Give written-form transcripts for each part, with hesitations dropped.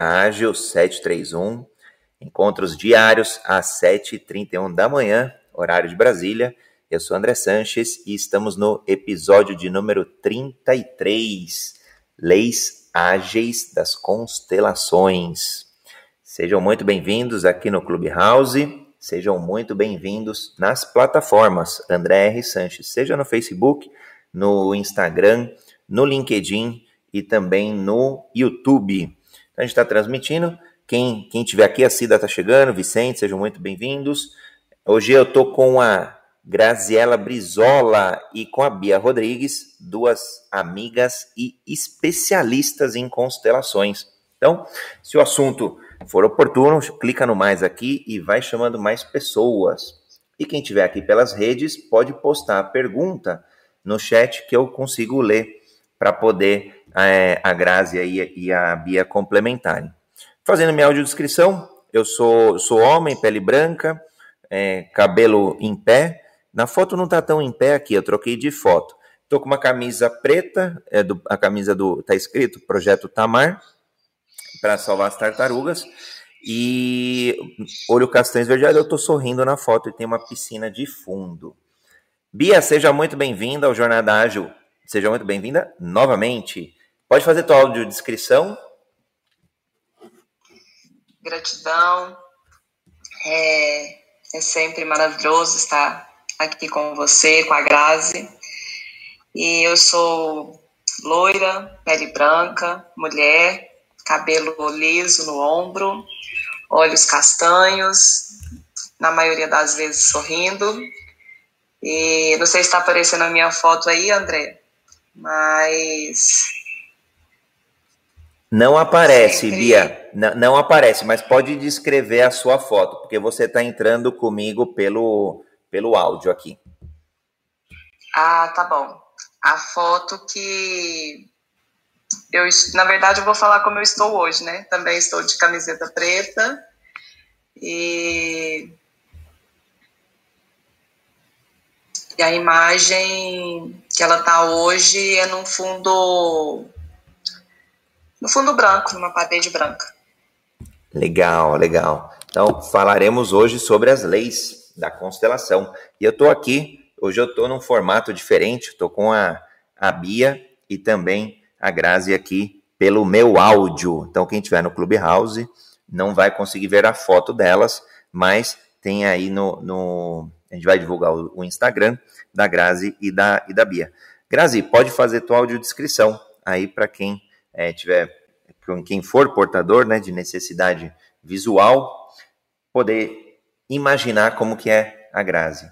Ágil 731, encontros diários às 7h31 da manhã, horário de Brasília. Eu sou André Sanches e estamos no episódio de número 33, Leis Ágeis das Constelações. Sejam muito bem-vindos aqui no Clubhouse, sejam muito bem-vindos nas plataformas André R. Sanches, seja no Facebook, no Instagram, no LinkedIn e também no YouTube. A gente está transmitindo. Quem tiver aqui, a Cida está chegando, Vicente, sejam muito bem-vindos. Hoje eu estou com a Graziela Brizola e com a Bia Rodrigues, duas amigas e especialistas em constelações. Então, se o assunto for oportuno, clica no mais aqui e vai chamando mais pessoas. E quem estiver aqui pelas redes pode postar a pergunta no chat que eu consigo ler para poder a Grazi e a Bia complementarem. Fazendo minha audiodescrição, eu sou homem, pele branca, cabelo em pé. Na foto não está tão em pé aqui, eu troquei de foto. Estou com uma camisa preta, a camisa tá escrito Projeto Tamar, para salvar as tartarugas, e olho castanho esverdeado. Eu estou sorrindo na foto e tem uma piscina de fundo. Bia, seja muito bem-vinda ao Jornada Ágil. Seja muito bem-vinda novamente. Pode fazer tua audiodescrição? Gratidão. É sempre maravilhoso estar aqui com você, com a Grazi. E eu sou loira, pele branca, mulher, cabelo liso no ombro, olhos castanhos, na maioria das vezes sorrindo. E não sei se está aparecendo a minha foto aí, André, mas... Não aparece, Bia, não aparece, mas pode descrever a sua foto, porque você está entrando comigo pelo áudio aqui. Ah, tá bom. A foto que... na verdade, eu vou falar como eu estou hoje, né? Também estou de camiseta preta e a imagem que ela tá hoje é no fundo branco, numa parede branca. Legal. Então, falaremos hoje sobre as leis da constelação. E eu tô aqui, hoje eu tô num formato diferente, tô com a Bia e também a Grazi aqui pelo meu áudio. Então, quem estiver no Clubhouse não vai conseguir ver a foto delas, mas tem aí a gente vai divulgar o Instagram da Grazi e da Bia. Grazi, pode fazer tua audiodescrição aí para quem quem for portador, né, de necessidade visual, poder imaginar como que é a Grazi.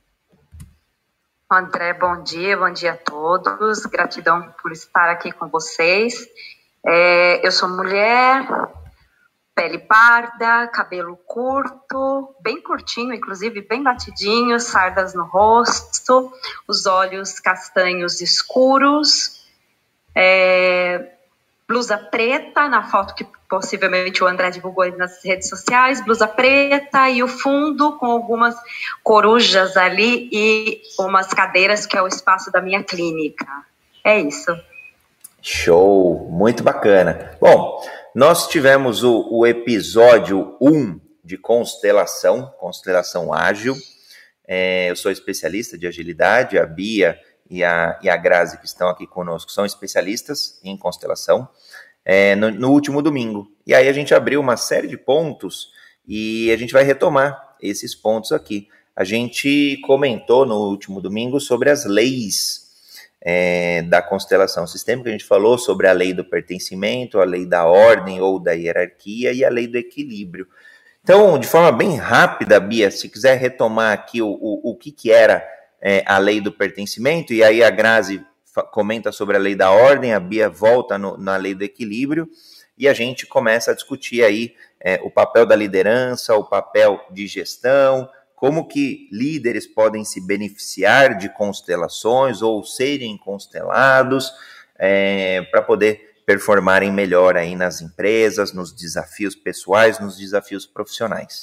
André, bom dia a todos, gratidão por estar aqui com vocês. Eu sou mulher, pele parda, cabelo curto, bem curtinho, inclusive bem batidinho, sardas no rosto, os olhos castanhos escuros, blusa preta, na foto que possivelmente o André divulgou aí nas redes sociais, blusa preta e o fundo com algumas corujas ali e umas cadeiras que é o espaço da minha clínica. É isso. Show, muito bacana. Bom, nós tivemos o episódio 1 de constelação ágil. Eu sou especialista de agilidade, a Bia e a Grazi, que estão aqui conosco, são especialistas em constelação, no último domingo. E aí a gente abriu uma série de pontos e a gente vai retomar esses pontos aqui. A gente comentou no último domingo sobre as leis da constelação sistêmica. A gente falou sobre a lei do pertencimento, a lei da ordem ou da hierarquia e a lei do equilíbrio. Então, de forma bem rápida, Bia, se quiser retomar aqui o que era a lei do pertencimento, e aí a Grazi comenta sobre a lei da ordem, a Bia volta na lei do equilíbrio, e a gente começa a discutir aí o papel da liderança, o papel de gestão, como que líderes podem se beneficiar de constelações ou serem constelados para poder performarem melhor aí nas empresas, nos desafios pessoais, nos desafios profissionais.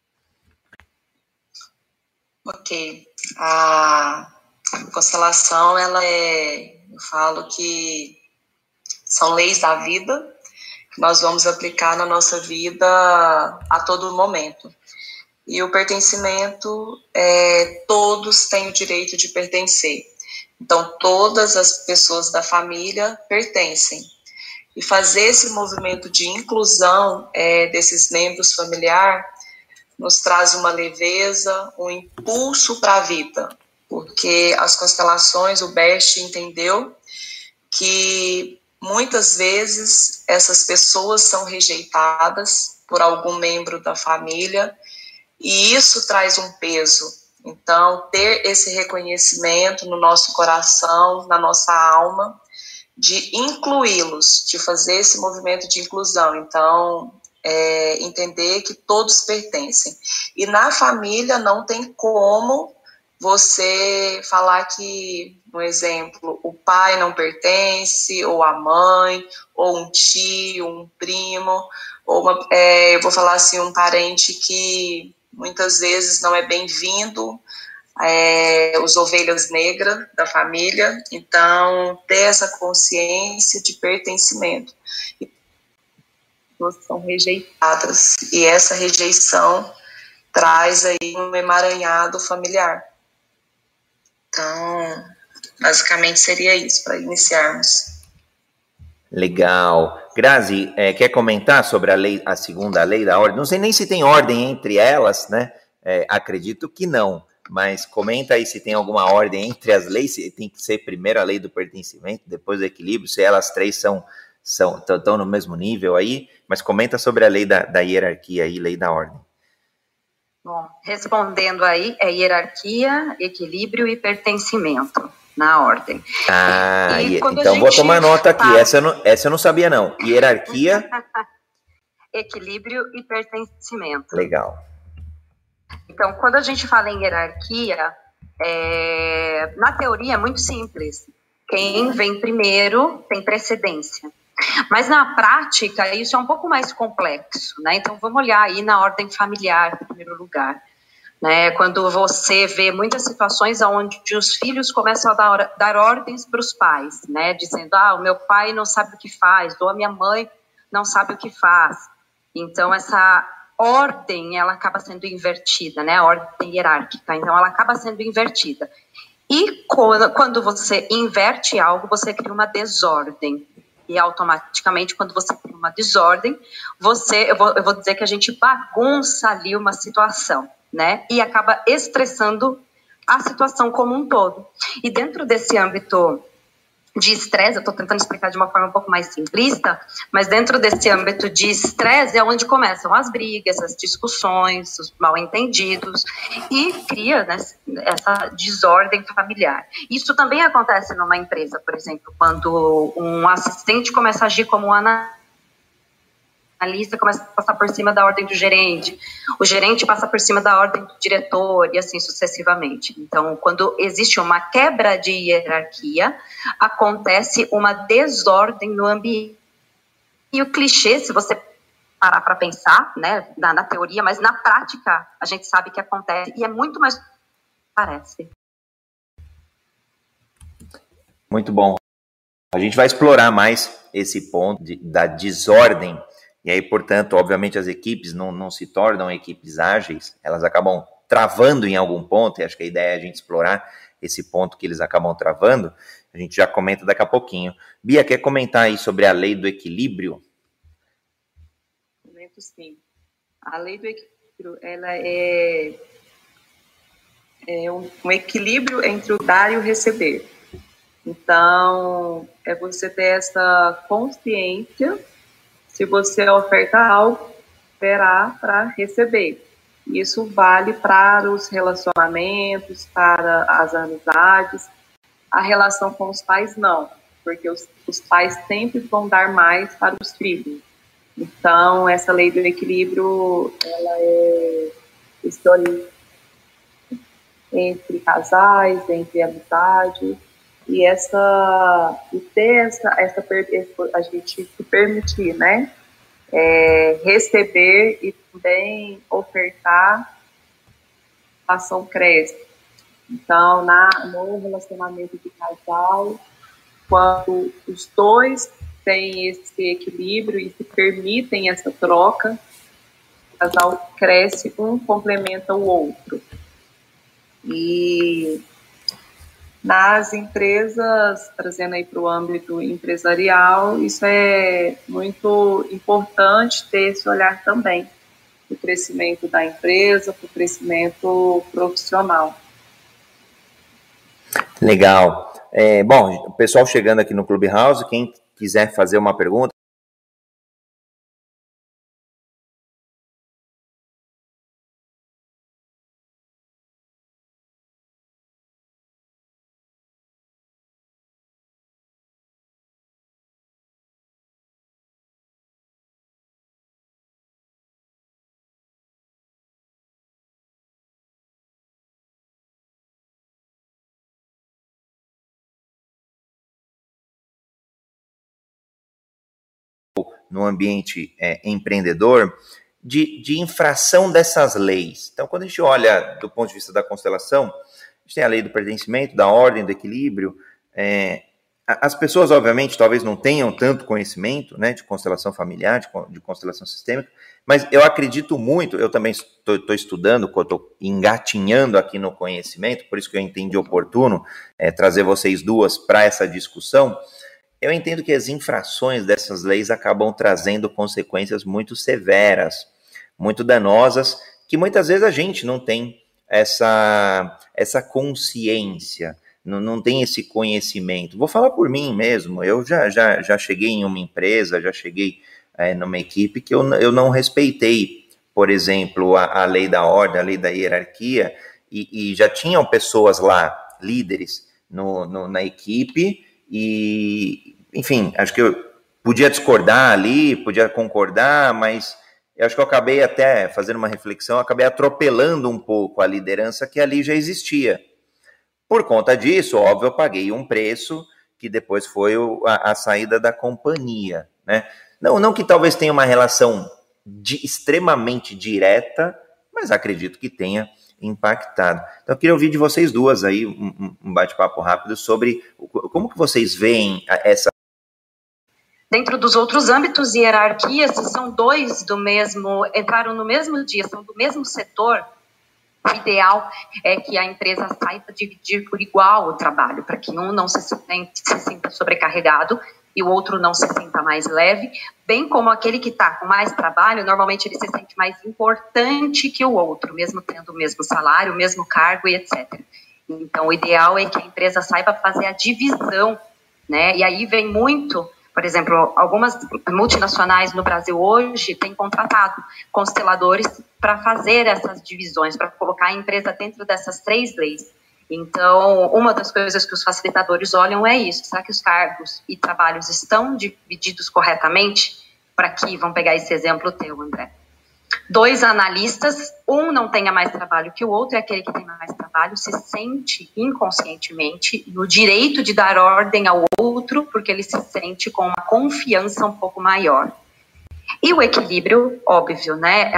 Ok. A constelação, eu falo que são leis da vida, que nós vamos aplicar na nossa vida a todo momento. E o pertencimento, todos têm o direito de pertencer. Então, todas as pessoas da família pertencem. E fazer esse movimento de inclusão desses membros familiares nos traz uma leveza, um impulso para a vida, porque as constelações, o Best entendeu que muitas vezes essas pessoas são rejeitadas por algum membro da família e isso traz um peso. Então, ter esse reconhecimento no nosso coração, na nossa alma, de incluí-los, de fazer esse movimento de inclusão. Então, entender que todos pertencem. E na família não tem como você falar que, um exemplo, o pai não pertence, ou a mãe, ou um tio, um primo, ou eu vou falar assim, um parente que muitas vezes não é bem-vindo, os ovelhas negras da família. Então, ter essa consciência de pertencimento. E pessoas são rejeitadas, e essa rejeição traz aí um emaranhado familiar. Então, basicamente seria isso, para iniciarmos. Legal. Grazi, quer comentar sobre a segunda lei da ordem? Não sei nem se tem ordem entre elas, né? Acredito que não, mas comenta aí se tem alguma ordem entre as leis, se tem que ser primeiro a lei do pertencimento, depois o equilíbrio, se elas três estão no mesmo nível aí, mas comenta sobre a lei da hierarquia aí, lei da ordem. Bom, respondendo aí, hierarquia, equilíbrio e pertencimento na ordem. Então vou tomar nota aqui, essa eu não sabia não. Hierarquia, equilíbrio e pertencimento. Legal. Então, quando a gente fala em hierarquia, na teoria é muito simples. Quem vem primeiro tem precedência. Mas na prática, isso é um pouco mais complexo, né? Então, vamos olhar aí na ordem familiar, em primeiro lugar. Né? Quando você vê muitas situações onde os filhos começam a dar ordens para os pais, né? Dizendo, o meu pai não sabe o que faz, ou a minha mãe não sabe o que faz. Então, essa ordem, ela acaba sendo invertida, né? A ordem hierárquica, então ela acaba sendo invertida. E quando você inverte algo, você cria uma desordem. E automaticamente, quando você cria uma desordem, eu vou dizer que a gente bagunça ali uma situação, né? E acaba estressando a situação como um todo. E dentro desse âmbito de estresse, eu estou tentando explicar de uma forma um pouco mais simplista, mas dentro desse âmbito de estresse é onde começam as brigas, as discussões, os mal-entendidos, e cria, né, essa desordem familiar. Isso também acontece numa empresa, por exemplo, quando um assistente começa a agir como um analista, começa a passar por cima da ordem do gerente, o gerente passa por cima da ordem do diretor e assim sucessivamente. Então, quando existe uma quebra de hierarquia, acontece uma desordem no ambiente. E o clichê, se você parar para pensar, né, na teoria, mas na prática a gente sabe que acontece e é muito mais do que parece. Muito bom. A gente vai explorar mais esse ponto da desordem. E aí, portanto, obviamente as equipes não se tornam equipes ágeis, elas acabam travando em algum ponto, e acho que a ideia é a gente explorar esse ponto que eles acabam travando. A gente já comenta daqui a pouquinho. Bia, quer comentar aí sobre a lei do equilíbrio? Comento sim. A lei do equilíbrio, ela é um equilíbrio entre o dar e o receber. Então, é você ter essa consciência. Se você oferta algo, terá para receber. Isso vale para os relacionamentos, para as amizades. A relação com os pais, não, porque os pais sempre vão dar mais para os filhos. Então, essa lei do equilíbrio, ela é história entre casais, entre amizades. E ter a gente se permitir, né? Receber e também ofertar, a ação cresce. Então, no relacionamento de casal, quando os dois tem esse equilíbrio e se permitem essa troca, o casal cresce, um complementa o outro. E nas empresas, trazendo aí para o âmbito empresarial, isso é muito importante ter esse olhar também, para o crescimento da empresa, para o crescimento profissional. Legal. Bom, o pessoal chegando aqui no Clubhouse, quem quiser fazer uma pergunta, no ambiente empreendedor, de infração dessas leis. Então, quando a gente olha do ponto de vista da constelação, a gente tem a lei do pertencimento, da ordem, do equilíbrio. As pessoas, obviamente, talvez não tenham tanto conhecimento, né, de constelação familiar, de constelação sistêmica, mas eu acredito muito, eu também estou estudando, estou engatinhando aqui no conhecimento, por isso que eu entendi oportuno trazer vocês duas para essa discussão. Eu entendo que as infrações dessas leis acabam trazendo consequências muito severas, muito danosas, que muitas vezes a gente não tem essa consciência, não tem esse conhecimento. Vou falar por mim mesmo, eu já cheguei em uma empresa, já cheguei numa equipe que eu não respeitei, por exemplo, a lei da ordem, a lei da hierarquia, e já tinham pessoas lá, líderes, na equipe, e, enfim, acho que eu podia discordar ali, podia concordar, mas eu acho que eu acabei até fazendo uma reflexão, acabei atropelando um pouco a liderança que ali já existia. Por conta disso, óbvio, eu paguei um preço que depois foi a saída da companhia, né? Não que talvez tenha uma relação extremamente direta, mas acredito que tenha impactado. Então, eu queria ouvir de vocês duas aí um bate-papo rápido sobre como que vocês veem essa... Dentro dos outros âmbitos e hierarquias, se são dois entraram no mesmo dia, são do mesmo setor, o ideal é que a empresa saiba dividir por igual o trabalho, para que um não se sinta sobrecarregado e o outro não se sinta mais leve, bem como aquele que está com mais trabalho, normalmente ele se sente mais importante que o outro, mesmo tendo o mesmo salário, o mesmo cargo e etc. Então, o ideal é que a empresa saiba fazer a divisão, né? E aí vem muito, por exemplo, algumas multinacionais no Brasil hoje têm contratado consteladores para fazer essas divisões, para colocar a empresa dentro dessas 3 leis. Então, uma das coisas que os facilitadores olham é isso. Será que os cargos e trabalhos estão divididos corretamente? Para que, vamos pegar esse exemplo teu, André. 2 analistas, um não tenha mais trabalho que o outro, e aquele que tem mais trabalho se sente inconscientemente no direito de dar ordem ao outro, porque ele se sente com uma confiança um pouco maior. E o equilíbrio, óbvio, né?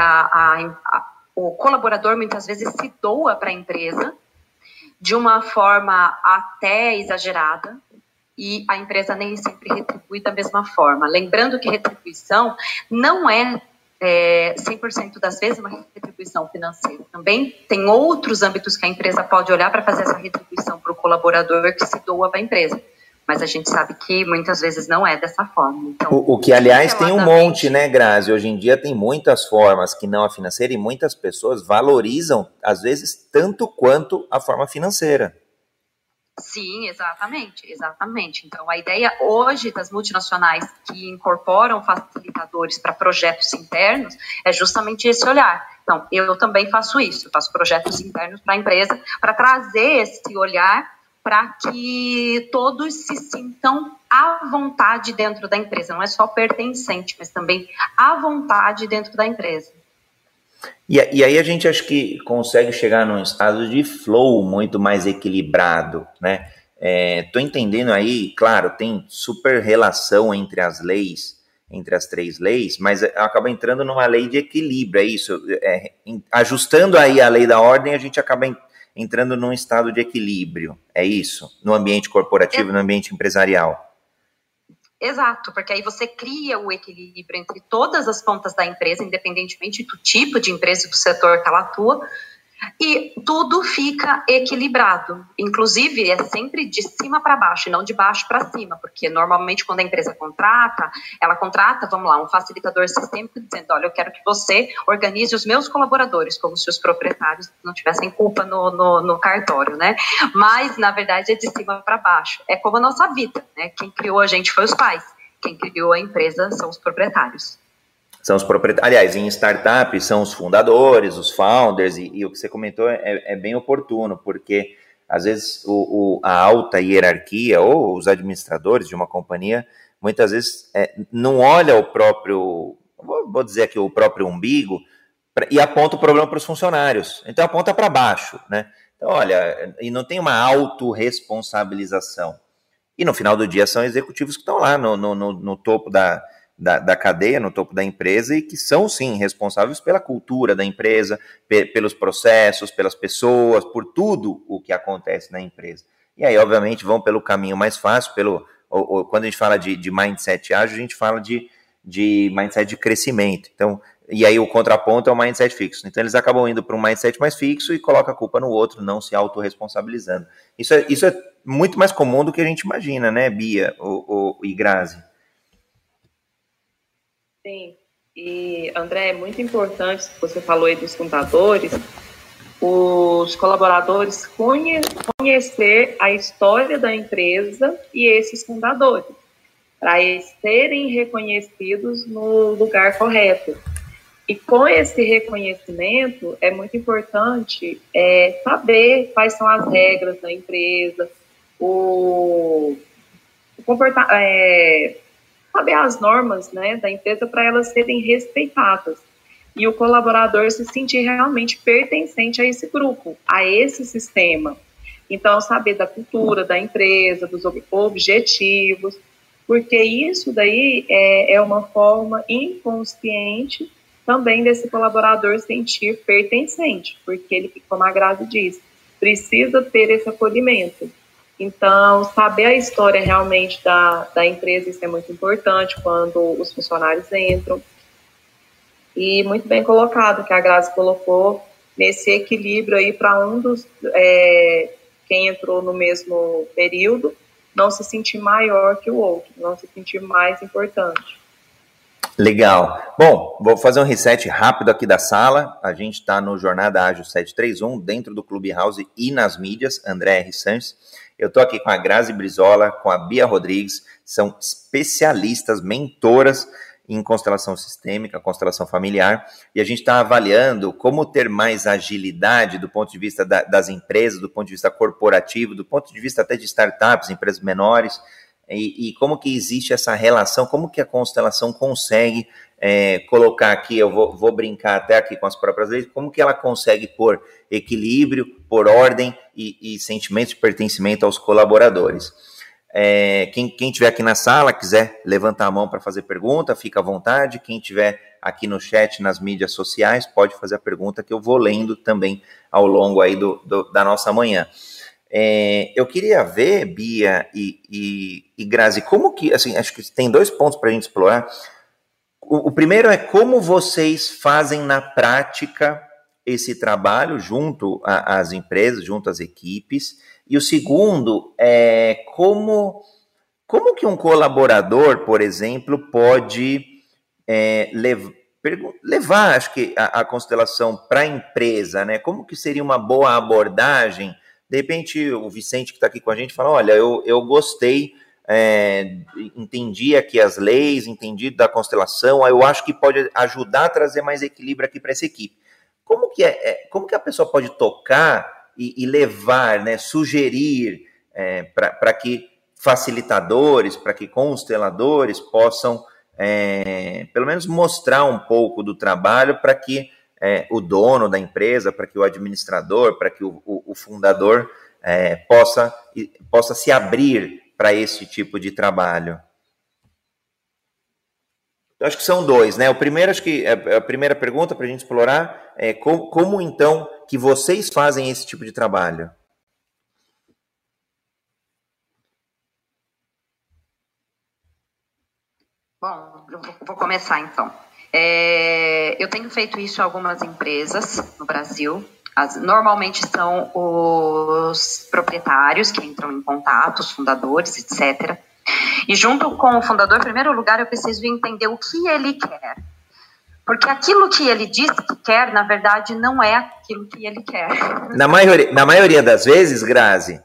O colaborador muitas vezes se doa para a empresa de uma forma até exagerada, e a empresa nem sempre retribui da mesma forma. Lembrando que retribuição não é 100% das vezes uma retribuição financeira. Também tem outros âmbitos que a empresa pode olhar para fazer essa retribuição para o colaborador que se doa para a empresa. Mas a gente sabe que muitas vezes não é dessa forma. Então, o que, aliás, tem um monte, né, Grazi? Hoje em dia tem muitas formas que não a financeira, e muitas pessoas valorizam, às vezes, tanto quanto a forma financeira. Sim, exatamente. Então, a ideia hoje das multinacionais que incorporam facilitadores para projetos internos é justamente esse olhar. Então, eu também faço isso, faço projetos internos para a empresa, para trazer esse olhar para que todos se sintam à vontade dentro da empresa. Não é só pertencente, mas também à vontade dentro da empresa. E aí a gente acho que consegue chegar num estado de flow muito mais equilibrado, né? Tô entendendo aí, claro, tem super relação entre as leis, entre as 3 leis, mas acaba entrando numa lei de equilíbrio, é isso? Ajustando aí a lei da ordem, a gente acaba entrando num estado de equilíbrio, é isso? No ambiente corporativo, no ambiente empresarial. Exato, porque aí você cria o equilíbrio entre todas as pontas da empresa, independentemente do tipo de empresa e do setor que ela atua, e tudo fica equilibrado. Inclusive, é sempre de cima para baixo, e não de baixo para cima, porque normalmente quando a empresa contrata, ela contrata, vamos lá, um facilitador sistêmico dizendo, olha, eu quero que você organize os meus colaboradores, como se os proprietários não tivessem culpa no cartório, né? Mas, na verdade, é de cima para baixo. É como a nossa vida, né? Quem criou a gente foi os pais, quem criou a empresa são os proprietários. São os proprietários. Aliás, em startup são os fundadores, os founders, e o que você comentou é bem oportuno, porque às vezes a alta hierarquia ou os administradores de uma companhia, muitas vezes não olha o próprio, vou dizer aqui, o próprio umbigo, e aponta o problema para os funcionários. Então aponta para baixo, né? Então, olha, e não tem uma autorresponsabilização. E no final do dia são executivos que estão lá no topo da cadeia, no topo da empresa, e que são, sim, responsáveis pela cultura da empresa, pelos processos, pelas pessoas, por tudo o que acontece na empresa. E aí, obviamente, vão pelo caminho mais fácil, quando a gente fala de mindset ágil, a gente fala de mindset de crescimento. Então, e aí o contraponto é o mindset fixo. Então, eles acabam indo para um mindset mais fixo e colocam a culpa no outro, não se autorresponsabilizando. Isso é muito mais comum do que a gente imagina, né, Bia e Grazi? Sim, e André, é muito importante, você falou aí dos fundadores, os colaboradores conhecer a história da empresa e esses fundadores, para eles serem reconhecidos no lugar correto. E com esse reconhecimento, é muito importante saber quais são as regras da empresa, o comportamento, saber as normas, né, da empresa para elas serem respeitadas. E o colaborador se sentir realmente pertencente a esse grupo, a esse sistema. Então, saber da cultura da empresa, dos objetivos, porque isso daí é uma forma inconsciente também desse colaborador sentir pertencente, porque ele, como a Grazi disse, precisa ter esse acolhimento. Então, saber a história realmente da empresa, isso é muito importante quando os funcionários entram. E muito bem colocado, que a Grazi colocou, nesse equilíbrio aí para um dos, quem entrou no mesmo período, não se sentir maior que o outro, não se sentir mais importante. Legal. Bom, vou fazer um reset rápido aqui da sala. A gente está no Jornada Ágil 731, dentro do Clubhouse e nas mídias, André R. Sanches. Eu estou aqui com a Grazi Brizola, com a Bia Rodrigues, são especialistas, mentoras em constelação sistêmica, constelação familiar, e a gente está avaliando como ter mais agilidade do ponto de vista das empresas, do ponto de vista corporativo, do ponto de vista até de startups, empresas menores, e como que existe essa relação, como que a constelação consegue colocar aqui, eu vou brincar até aqui com as próprias leis, como que ela consegue pôr equilíbrio, pôr ordem e sentimento de pertencimento aos colaboradores. Quem tiver aqui na sala, quiser levantar a mão para fazer pergunta, fica à vontade. Quem tiver aqui no chat, nas mídias sociais, pode fazer a pergunta que eu vou lendo também ao longo aí da nossa manhã. Eu queria ver, Bia e Grazi, como que, assim, acho que tem 2 pontos para a gente explorar. O primeiro é como vocês fazem na prática esse trabalho junto às empresas, junto às equipes. E o segundo é como que um colaborador, por exemplo, pode levar, acho que, a constelação para a empresa, né? Como que seria uma boa abordagem? De repente, o Vicente, que está aqui com a gente, fala, olha, eu gostei, entendi aqui as leis, entendi da constelação, eu acho que pode ajudar a trazer mais equilíbrio aqui para essa equipe. Como que a pessoa pode tocar e levar, né, sugerir para que facilitadores, para que consteladores possam, pelo menos, mostrar um pouco do trabalho para que o dono da empresa, para que o administrador, para que o fundador possa se abrir para esse tipo de trabalho? Eu acho que são 2, né? O primeiro, acho que a primeira pergunta para a gente explorar é como então que vocês fazem esse tipo de trabalho? Bom, eu vou começar então. Eu tenho feito isso em algumas empresas no Brasil. Normalmente são os proprietários que entram em contato, os fundadores, etc. E junto com o fundador, em primeiro lugar, eu preciso entender o que ele quer. Porque aquilo que ele diz que quer, na verdade, não é aquilo que ele quer. Na maioria das vezes, Grazi?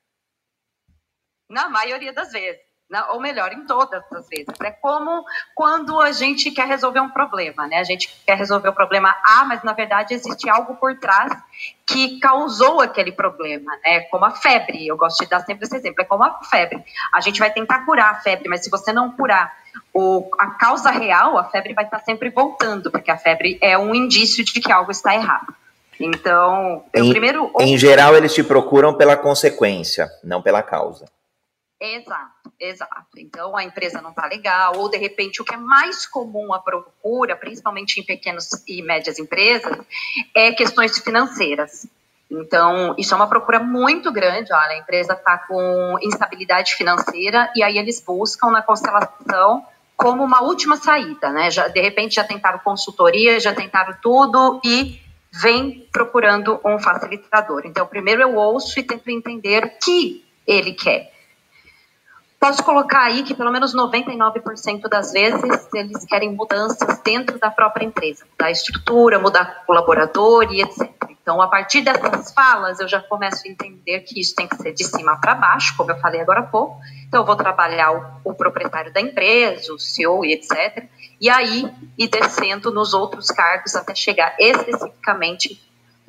Na maioria das vezes. Ou melhor, em todas as vezes. É como quando a gente quer resolver um problema, né? A gente quer resolver o problema A, mas na verdade existe algo por trás que causou aquele problema, né? Como a febre, eu gosto de dar sempre esse exemplo, é como a febre. A gente vai tentar curar a febre, mas se você não curar a causa real, a febre vai estar sempre voltando, porque a febre é um indício de que algo está errado. Então, em geral, eles te procuram pela consequência, não pela causa. Exato. Então, a empresa não está legal, ou de repente o que é mais comum a procura, principalmente em pequenas e médias empresas, é questões financeiras. Então, isso é uma procura muito grande, olha, a empresa está com instabilidade financeira e aí eles buscam na constelação como uma última saída, né? De repente já tentaram consultoria, já tentaram tudo e vem procurando um facilitador. Então, primeiro eu ouço e tento entender o que ele quer. Posso colocar aí que pelo menos 99% das vezes eles querem mudanças dentro da própria empresa, mudar a estrutura, mudar o colaborador e etc. Então, a partir dessas falas, eu já começo a entender que isso tem que ser de cima para baixo, como eu falei agora há pouco. Então, eu vou trabalhar o proprietário da empresa, o CEO e etc. E aí, ir descendo nos outros cargos até chegar especificamente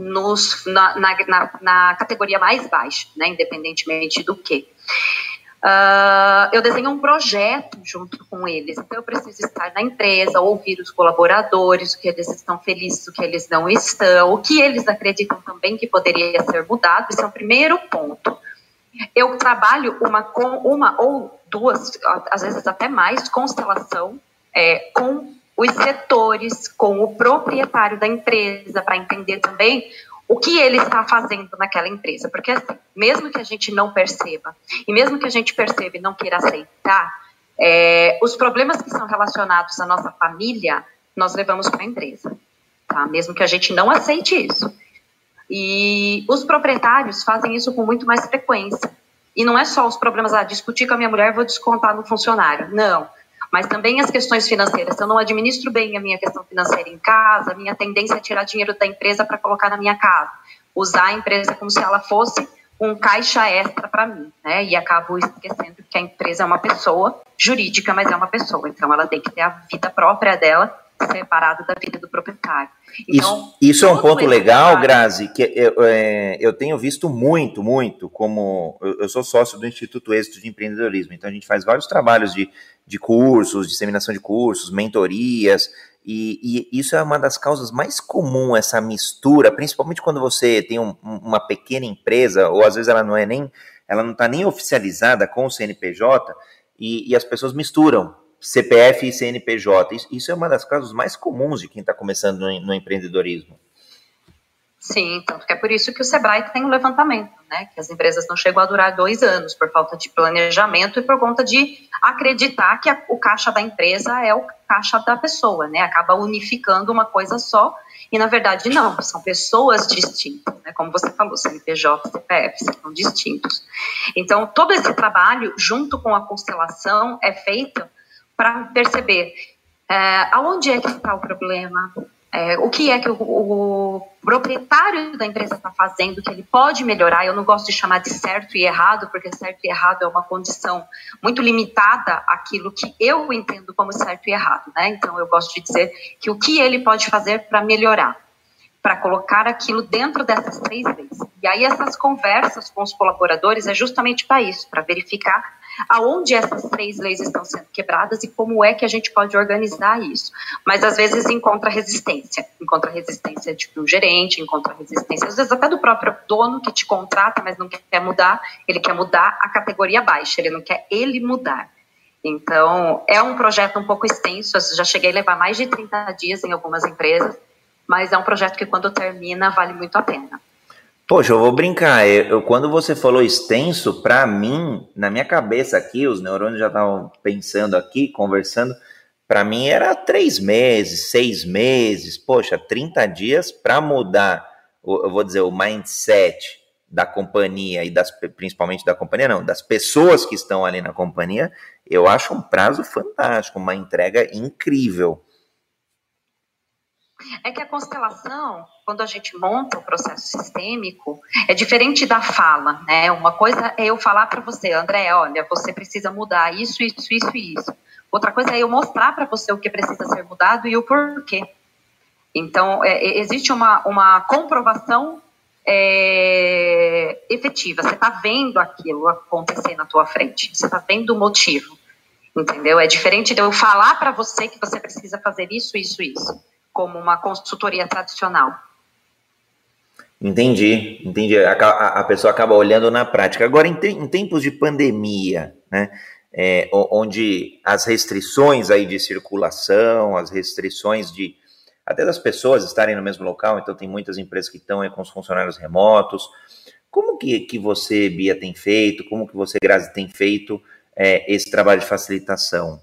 na categoria mais baixa, né, independentemente do que. Eu desenho um projeto junto com eles, então eu preciso estar na empresa, ouvir os colaboradores, o que eles estão felizes, o que eles não estão, o que eles acreditam também que poderia ser mudado. Esse é o primeiro ponto. Eu trabalho uma ou duas, às vezes até mais, constelação com os setores, com o proprietário da empresa, para entender também o que ele está fazendo naquela empresa. Porque, assim, mesmo que a gente não perceba, e mesmo que a gente perceba e não queira aceitar, os problemas que são relacionados à nossa família, nós levamos para a empresa, tá? Mesmo que a gente não aceite isso. E os proprietários fazem isso com muito mais frequência. E não é só os problemas, discutir com a minha mulher, vou descontar no funcionário. Não. Mas também as questões financeiras. Se eu não administro bem a minha questão financeira em casa, a minha tendência é tirar dinheiro da empresa para colocar na minha casa. Usar a empresa como se ela fosse um caixa extra para mim, né? E acabo esquecendo que a empresa é uma pessoa jurídica, mas é uma pessoa. Então, ela tem que ter a vida própria dela, separada da vida do proprietário. Então, isso é um ponto legal, Grazi, que eu tenho visto muito, como eu sou sócio do Instituto Êxito de Empreendedorismo, então a gente faz vários trabalhos de cursos, disseminação de cursos, mentorias, e isso é uma das causas mais comuns, essa mistura, principalmente quando você tem uma pequena empresa, ou às vezes ela não está nem oficializada com o CNPJ, e as pessoas misturam CPF e CNPJ. Isso é uma das causas mais comuns de quem está começando no empreendedorismo. Sim, tanto que é por isso que o Sebrae tem um levantamento, né? Que as empresas não chegam a durar 2 anos por falta de planejamento e por conta de acreditar que o caixa da empresa é o caixa da pessoa, né? Acaba unificando uma coisa só e, na verdade, não. São pessoas distintas, né? Como você falou, CNPJ e CPF são distintos. Então, todo esse trabalho, junto com a constelação, é feito para perceber aonde é que está o problema, o que é que o proprietário da empresa está fazendo, que ele pode melhorar. Eu não gosto de chamar de certo e errado, porque certo e errado é uma condição muito limitada àquilo que eu entendo como certo e errado, né? Então, eu gosto de dizer que o que ele pode fazer para melhorar, para colocar aquilo dentro dessas 3 leis. E aí essas conversas com os colaboradores é justamente para isso, para verificar aonde essas 3 leis estão sendo quebradas e como é que a gente pode organizar isso. Mas às vezes encontra resistência de um gerente, encontra resistência, às vezes até do próprio dono que te contrata, mas não quer mudar, ele quer mudar a categoria baixa, ele não quer ele mudar. Então, é um projeto um pouco extenso, eu já cheguei a levar mais de 30 dias em algumas empresas, mas é um projeto que quando termina vale muito a pena. Poxa, eu vou brincar, quando você falou extenso, para mim, na minha cabeça aqui, os neurônios já estavam pensando aqui, conversando, para mim era 3 meses, 6 meses, poxa, 30 dias para mudar, eu vou dizer, o mindset da companhia e principalmente da companhia, não, das pessoas que estão ali na companhia, eu acho um prazo fantástico, uma entrega incrível. É que a constelação, quando a gente monta o processo sistêmico, é diferente da fala, né? Uma coisa é eu falar para você, André, olha, você precisa mudar isso, isso, isso e isso. Outra coisa é eu mostrar para você o que precisa ser mudado e o porquê. Então, existe uma comprovação efetiva. Você está vendo aquilo acontecer na tua frente. Você está vendo o motivo. Entendeu? É diferente de eu falar para você que você precisa fazer isso, isso, isso. Como uma consultoria tradicional. Entendi. A pessoa acaba olhando na prática. Agora, em tempos de pandemia, né, onde as restrições aí de circulação, as restrições até das pessoas estarem no mesmo local, então tem muitas empresas que estão aí com os funcionários remotos. Como que você, Bia, tem feito, como que você, Grazi, tem feito esse trabalho de facilitação?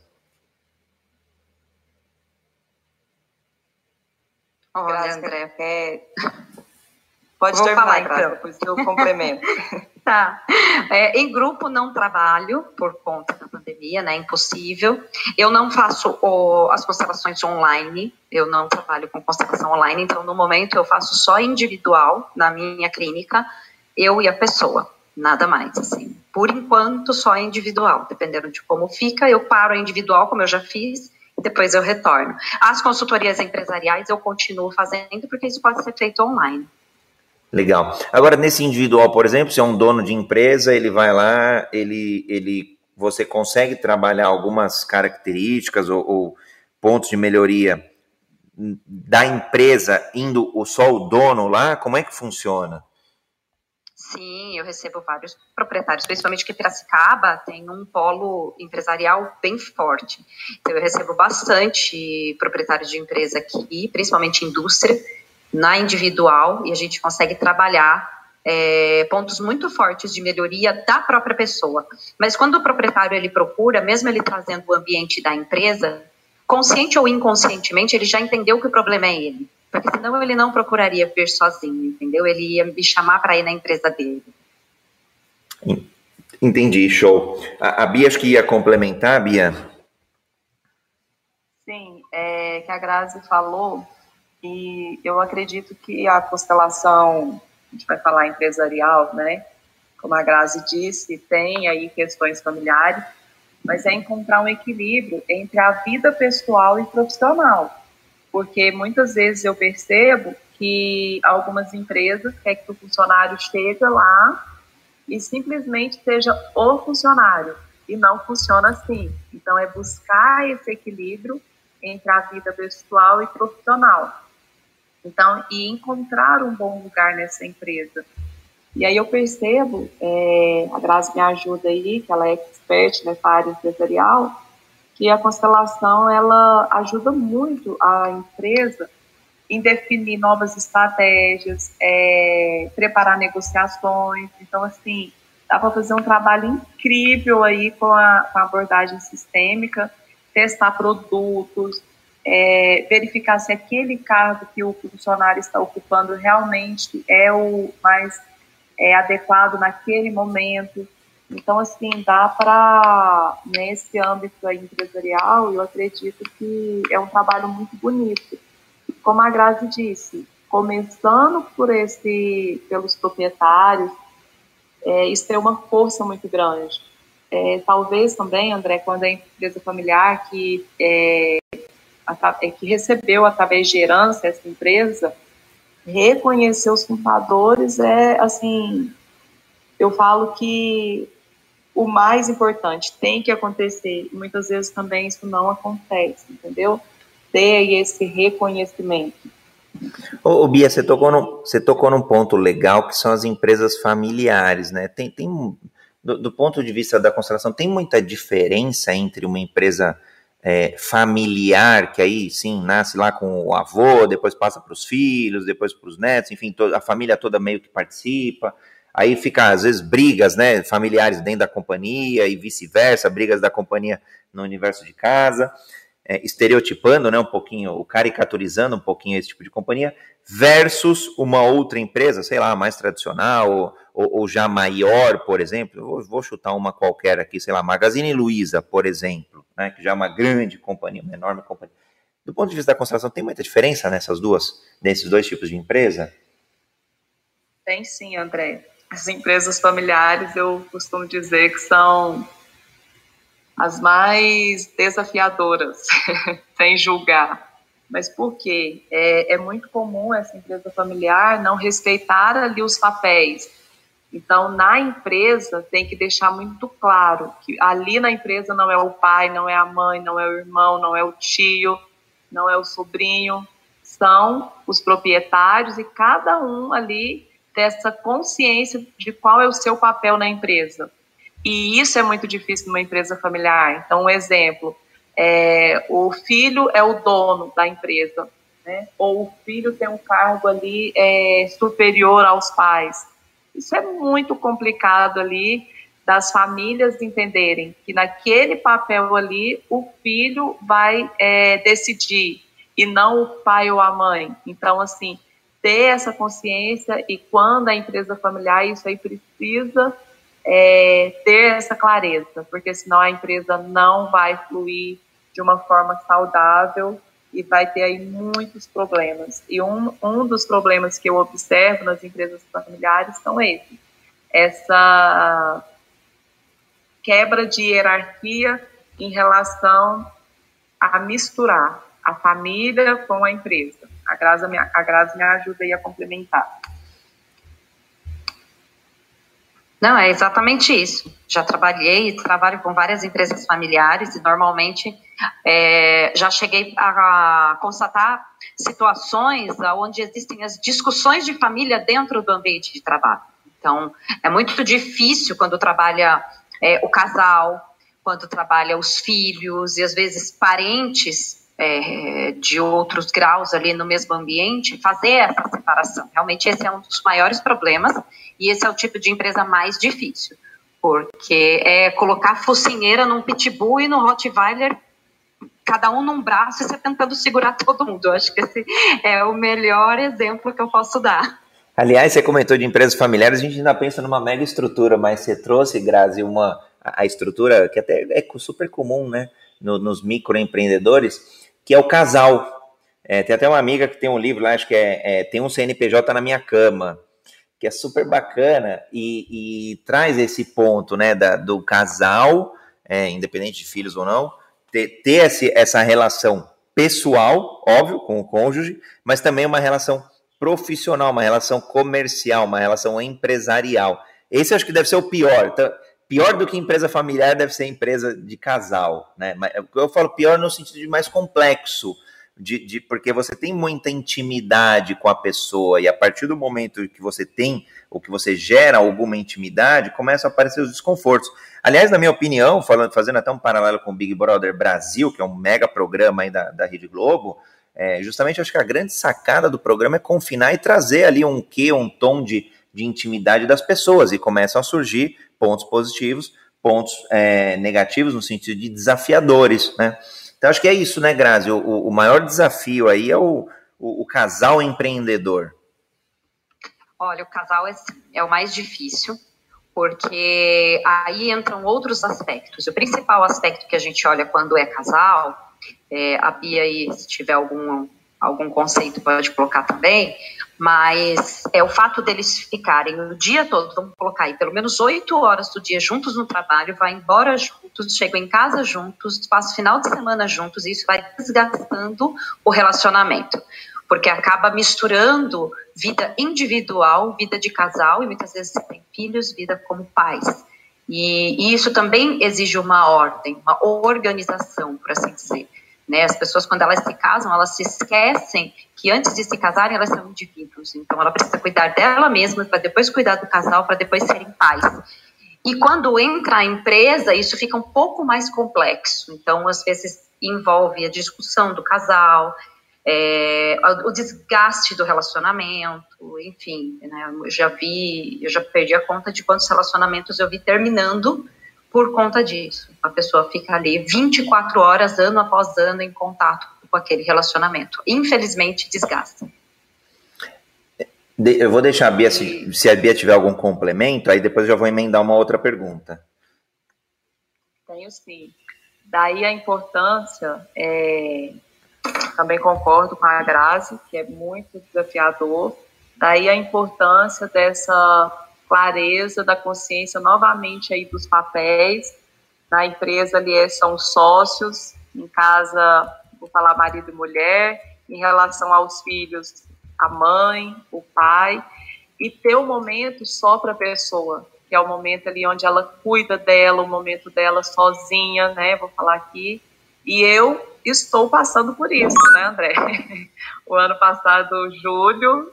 Olha, André, pode terminar, então. Depois eu complemento. Tá. Em grupo não trabalho por conta da pandemia, né? Impossível. Eu não faço as constelações online, eu não trabalho com constelação online, então no momento eu faço só individual na minha clínica, eu e a pessoa, nada mais, assim. Por enquanto, só individual. Dependendo de como fica, eu paro a individual, como eu já fiz, e depois eu retorno. As consultorias empresariais eu continuo fazendo, porque isso pode ser feito online. Legal. Agora, nesse individual, por exemplo, se é um dono de empresa, ele vai lá, você consegue trabalhar algumas características ou pontos de melhoria da empresa indo só o dono lá? Como é que funciona? Sim, eu recebo vários proprietários, principalmente que Piracicaba tem um polo empresarial bem forte. Então, eu recebo bastante proprietários de empresa aqui, principalmente indústria, na individual, e a gente consegue trabalhar pontos muito fortes de melhoria da própria pessoa. Mas quando o proprietário ele procura, mesmo ele trazendo o ambiente da empresa, consciente ou inconscientemente, ele já entendeu que o problema é ele. Porque senão ele não procuraria vir sozinho, entendeu? Ele ia me chamar para ir na empresa dele. Entendi, show. A Bia acho que ia complementar, Bia? Sim, que a Grazi falou, e eu acredito que a constelação, a gente vai falar empresarial, né? Como a Grazi disse, tem aí questões familiares, mas é encontrar um equilíbrio entre a vida pessoal e profissional. Porque muitas vezes eu percebo que algumas empresas querem que o funcionário chegue lá e simplesmente seja o funcionário, e não funciona assim. Então, é buscar esse equilíbrio entre a vida pessoal e profissional. Então, e encontrar um bom lugar nessa empresa. E aí eu percebo, a Grazi me ajuda aí, que ela é expert nessa área empresarial, que a constelação, ela ajuda muito a empresa em definir novas estratégias, preparar negociações. Então, assim, dá para fazer um trabalho incrível aí com a abordagem sistêmica, testar produtos, verificar se aquele cargo que o funcionário está ocupando realmente é o mais adequado naquele momento. Então, assim, dá para, nesse âmbito aí empresarial, eu acredito que é um trabalho muito bonito. Como a Grazi disse, começando pelos proprietários, isso tem uma força muito grande. Talvez também, André, quando é empresa familiar que recebeu através de herança essa empresa, reconhecer os fundadores assim, eu falo que o mais importante tem que acontecer, e muitas vezes também isso não acontece, entendeu? Ter esse reconhecimento. Ô, Bia, você tocou num ponto legal, que são as empresas familiares, né? Do ponto de vista da constelação, tem muita diferença entre uma empresa familiar, que aí sim nasce lá com o avô, depois passa para os filhos, depois para os netos, enfim, a família toda meio que participa. Aí fica, às vezes, brigas, né, familiares dentro da companhia e vice-versa, brigas da companhia no universo de casa. estereotipando, né, um pouquinho, caricaturizando um pouquinho esse tipo de companhia, versus uma outra empresa, sei lá, mais tradicional ou já maior, por exemplo. Vou chutar uma qualquer aqui, sei lá, Magazine Luiza, por exemplo, né, que já é uma grande companhia, uma enorme companhia. Do ponto de vista da construção, tem muita diferença nesses dois tipos de empresa? Tem sim, André. As empresas familiares, eu costumo dizer que são as mais desafiadoras, sem julgar. Mas por quê? É muito comum essa empresa familiar não respeitar ali os papéis. Então, na empresa, tem que deixar muito claro que ali na empresa não é o pai, não é a mãe, não é o irmão, não é o tio, não é o sobrinho, são os proprietários, e cada um ali ter essa consciência de qual é o seu papel na empresa. E isso é muito difícil numa empresa familiar. Então, um exemplo, o filho é o dono da empresa, né? Ou o filho tem um cargo ali superior aos pais. Isso é muito complicado ali das famílias entenderem que naquele papel ali o filho vai decidir e não o pai ou a mãe. Então, assim, ter essa consciência, e quando a empresa familiar, isso aí precisa ter essa clareza, porque senão a empresa não vai fluir de uma forma saudável e vai ter aí muitos problemas. E um dos problemas que eu observo nas empresas familiares são essa quebra de hierarquia em relação a misturar a família com a empresa. A Grazi me ajuda aí a complementar. Não, é exatamente isso. Já trabalhei e trabalho com várias empresas familiares e normalmente já cheguei a constatar situações onde existem as discussões de família dentro do ambiente de trabalho. Então, é muito difícil quando trabalha o casal, quando trabalha os filhos e às vezes parentes de outros graus ali no mesmo ambiente, fazer essa separação. Realmente esse é um dos maiores problemas e esse é o tipo de empresa mais difícil, porque colocar focinheira num pitbull e no Rottweiler, cada um num braço e você tentando segurar todo mundo. Eu acho que esse é o melhor exemplo que eu posso dar. Aliás, você comentou de empresas familiares, a gente ainda pensa numa mega estrutura, mas você trouxe, Grazi, a estrutura que até é super comum, né, nos microempreendedores, que é o casal. Tem até uma amiga que tem um livro lá, acho que tem um CNPJ na minha cama, que é super bacana e traz esse ponto, né, do casal, independente de filhos ou não, ter essa relação pessoal, óbvio, com o cônjuge, mas também uma relação profissional, uma relação comercial, uma relação empresarial. Esse acho que deve ser o pior. Então, pior do que empresa familiar deve ser empresa de casal, né? Eu falo pior no sentido de mais complexo, porque você tem muita intimidade com a pessoa e a partir do momento que você tem, ou que você gera alguma intimidade, começam a aparecer os desconfortos. Aliás, na minha opinião, fazendo até um paralelo com o Big Brother Brasil, que é um mega programa aí da Rede Globo, justamente acho que a grande sacada do programa é confinar e trazer ali um tom de intimidade das pessoas, e começam a surgir pontos positivos, pontos negativos no sentido de desafiadores, né? Então acho que é isso, né, Grazi? O maior desafio aí é o casal empreendedor. Olha, o casal é o mais difícil, porque aí entram outros aspectos. O principal aspecto que a gente olha quando é casal, a Bia aí, se tiver algum conceito pode colocar também, mas é o fato deles ficarem o dia todo, vamos colocar aí, pelo menos 8 horas do dia juntos no trabalho, vai embora juntos, chegam em casa juntos, passam final de semana juntos, e isso vai desgastando o relacionamento, porque acaba misturando vida individual, vida de casal, e muitas vezes você tem filhos, vida como pais. E isso também exige uma ordem, uma organização, por assim dizer. Né? As pessoas, quando elas se casam, elas se esquecem que antes de se casarem, elas são indivíduos. Então, ela precisa cuidar dela mesma, para depois cuidar do casal, para depois serem pais. E quando entra a empresa, isso fica um pouco mais complexo. Então, às vezes, envolve a discussão do casal, o desgaste do relacionamento, enfim, né? Eu já perdi a conta de quantos relacionamentos eu vi terminando por conta disso. A pessoa fica ali 24 horas, ano após ano, em contato com aquele relacionamento. Infelizmente, desgasta. Eu vou deixar a Bia, se a Bia tiver algum complemento, aí depois eu já vou emendar uma outra pergunta. Tenho sim. Daí a importância, também concordo com a Grazi, que é muito desafiador, daí a importância dessa clareza da consciência novamente aí dos papéis. Na empresa ali são sócios, em casa vou falar marido e mulher, em relação aos filhos, a mãe, o pai, e ter um momento só para a pessoa, que é o momento ali onde ela cuida dela, o momento dela sozinha, né, vou falar aqui, e eu estou passando por isso, né, André? O ano passado, julho,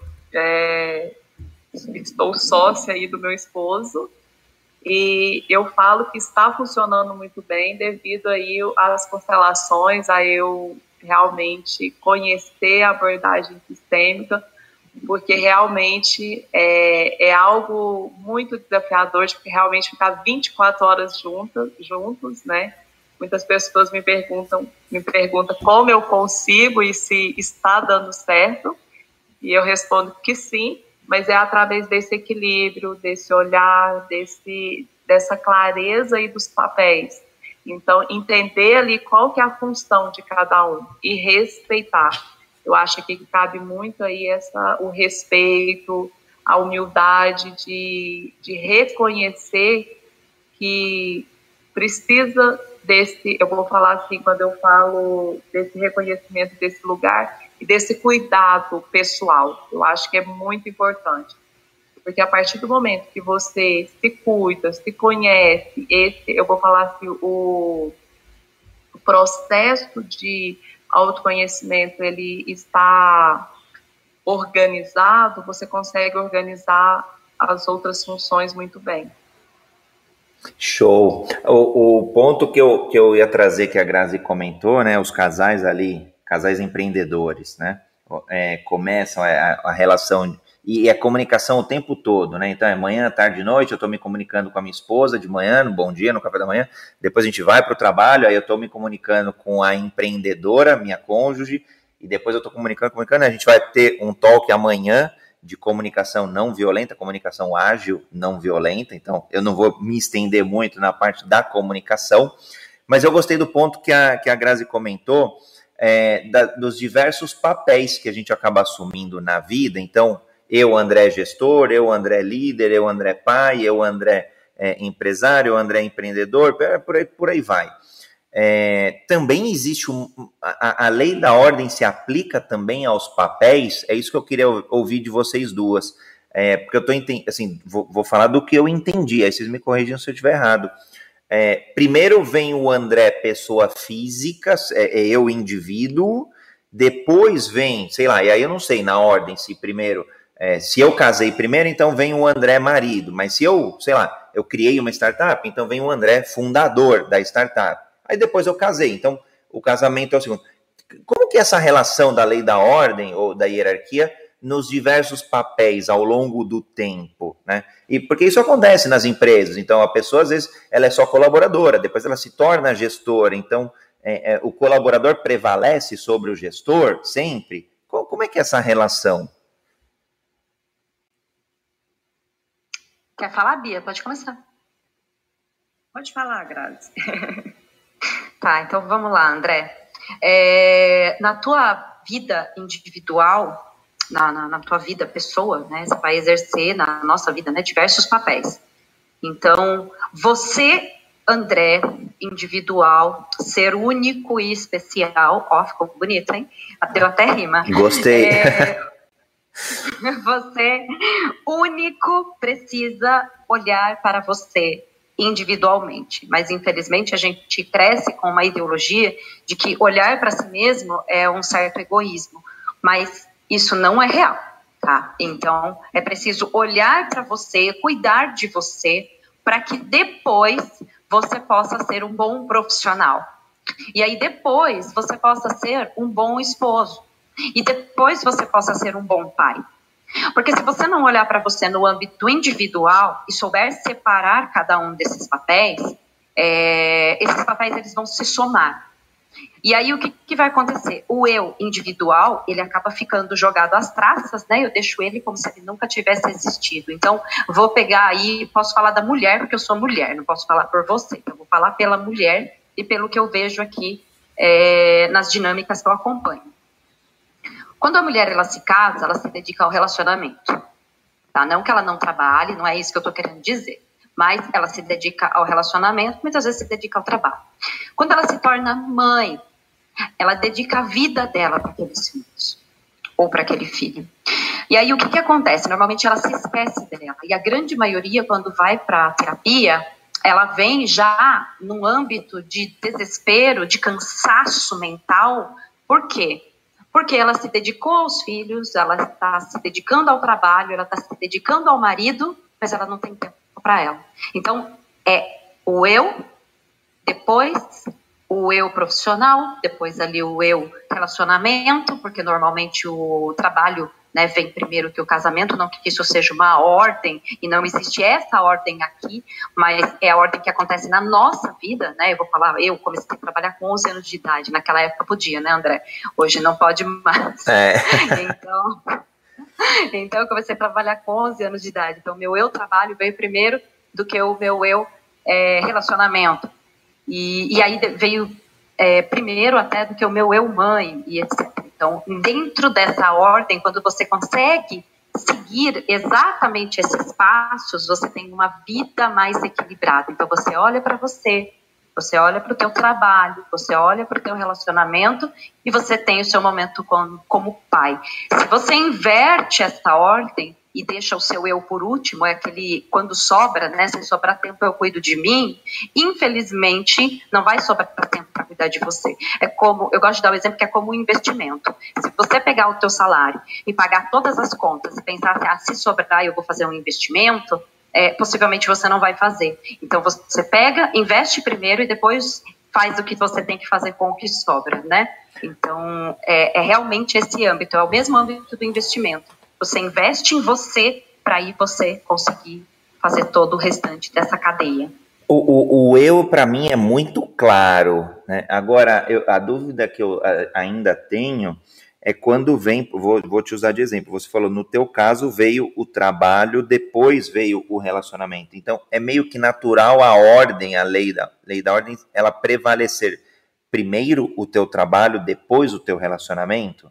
estou sócia aí do meu esposo, e eu falo que está funcionando muito bem devido aí às constelações, a eu realmente conhecer a abordagem sistêmica, porque realmente é algo muito desafiador, de realmente ficar 24 horas juntos, né? Muitas pessoas me perguntam como eu consigo e se está dando certo, e eu respondo que sim, mas é através desse equilíbrio, desse olhar, dessa clareza aí dos papéis. Então, entender ali qual que é a função de cada um e respeitar. Eu acho que cabe muito aí o respeito, a humildade de reconhecer que precisa eu vou falar assim, quando eu falo desse reconhecimento desse lugar e desse cuidado pessoal, eu acho que é muito importante. Porque a partir do momento que você se cuida, se conhece, eu vou falar assim, o processo de autoconhecimento, ele está organizado, você consegue organizar as outras funções muito bem. Show. O ponto que eu ia trazer, que a Grazi comentou, né, os casais ali, casais empreendedores, né, começam a relação, e a comunicação o tempo todo, né, então é manhã, tarde e noite, eu estou me comunicando com a minha esposa de manhã, no bom dia, no café da manhã, depois a gente vai para o trabalho, aí eu estou me comunicando com a empreendedora, minha cônjuge, e depois eu estou comunicando, a gente vai ter um talk amanhã, de comunicação não violenta, comunicação ágil não violenta, então eu não vou me estender muito na parte da comunicação, mas eu gostei do ponto que a Grazi comentou, dos diversos papéis que a gente acaba assumindo na vida. Então, eu, André, gestor, eu, André, líder, eu, André, pai, eu, André, empresário, eu, André, empreendedor, por aí vai. Também existe a lei da ordem se aplica também aos papéis. É isso que eu queria ouvir de vocês duas, porque eu tô assim, vou falar do que eu entendi, aí vocês me corrigem se eu estiver errado. Primeiro vem o André, pessoa física, eu, indivíduo, depois vem, sei lá, e aí eu não sei na ordem, se primeiro, se eu casei primeiro, então vem o André, marido, mas se eu, sei lá, eu criei uma startup, então vem o André, fundador da startup. Aí depois eu casei, então o casamento é o segundo. Como que é essa relação da lei da ordem ou da hierarquia nos diversos papéis ao longo do tempo, né? E porque isso acontece nas empresas, então a pessoa às vezes ela é só colaboradora, depois ela se torna gestora, então o colaborador prevalece sobre o gestor sempre? Como é que é essa relação? Quer falar, Bia? Pode começar. Pode falar, Grazi. Tá, então vamos lá, André. Na tua vida individual, na tua vida pessoa, né, você vai exercer na nossa vida, né, diversos papéis. Então, você, André, individual, ser único e especial, ficou bonito, hein? Deu até rima. Gostei. Você, único, precisa olhar para você individualmente, mas infelizmente a gente cresce com uma ideologia de que olhar para si mesmo é um certo egoísmo, mas isso não é real, tá? Então é preciso olhar para você, cuidar de você, para que depois você possa ser um bom profissional, e aí depois você possa ser um bom esposo, e depois você possa ser um bom pai. Porque se você não olhar para você no âmbito individual e souber separar cada um desses papéis, esses papéis eles vão se somar. E aí o que vai acontecer? O eu individual, ele acaba ficando jogado às traças, né? Eu deixo ele como se ele nunca tivesse existido. Então, vou pegar aí, posso falar da mulher, porque eu sou mulher, não posso falar por você. Então, vou falar pela mulher e pelo que eu vejo aqui nas dinâmicas que eu acompanho. Quando a mulher ela se casa, ela se dedica ao relacionamento. Tá? Não que ela não trabalhe, não é isso que eu estou querendo dizer. Mas ela se dedica ao relacionamento, muitas vezes se dedica ao trabalho. Quando ela se torna mãe, ela dedica a vida dela para aqueles filhos, ou para aquele filho. E aí o que acontece? Normalmente ela se esquece dela. E a grande maioria, quando vai para a terapia, ela vem já num âmbito de desespero, de cansaço mental. Por quê? Porque ela se dedicou aos filhos, ela está se dedicando ao trabalho, ela está se dedicando ao marido, mas ela não tem tempo para ela. Então, é o eu, depois o eu profissional, depois ali o eu relacionamento, porque normalmente o trabalho, né, vem primeiro que o casamento, não que isso seja uma ordem, e não existe essa ordem aqui, mas é a ordem que acontece na nossa vida, né? Eu vou falar, eu comecei a trabalhar com 11 anos de idade, naquela época podia, né, André? Hoje não pode mais. Então eu comecei a trabalhar com 11 anos de idade. Então, meu eu trabalho veio primeiro do que o meu eu relacionamento. E aí veio primeiro até do que o meu eu mãe, e etc. Então, dentro dessa ordem, quando você consegue seguir exatamente esses passos, você tem uma vida mais equilibrada. Então, você olha para você olha para o teu trabalho, você olha para o teu relacionamento e você tem o seu momento como pai. Se você inverte essa ordem e deixa o seu eu por último, é aquele, quando sobra, né, se sobrar tempo eu cuido de mim, infelizmente não vai sobrar tempo para cuidar de você. É como, eu gosto de dar o exemplo que é como um investimento. Se você pegar o teu salário e pagar todas as contas e pensar assim, se sobrar eu vou fazer um investimento, possivelmente você não vai fazer. Então você pega, investe primeiro e depois faz o que você tem que fazer com o que sobra, né? Então é realmente esse âmbito, é o mesmo âmbito do investimento. Você investe em você para aí você conseguir fazer todo o restante dessa cadeia. O eu, para mim, é muito claro, né? Agora, a dúvida que eu ainda tenho é quando vem, vou te usar de exemplo, você falou, no teu caso veio o trabalho, depois veio o relacionamento. Então, é meio que natural a ordem, a lei da ordem, ela prevalecer primeiro o teu trabalho, depois o teu relacionamento?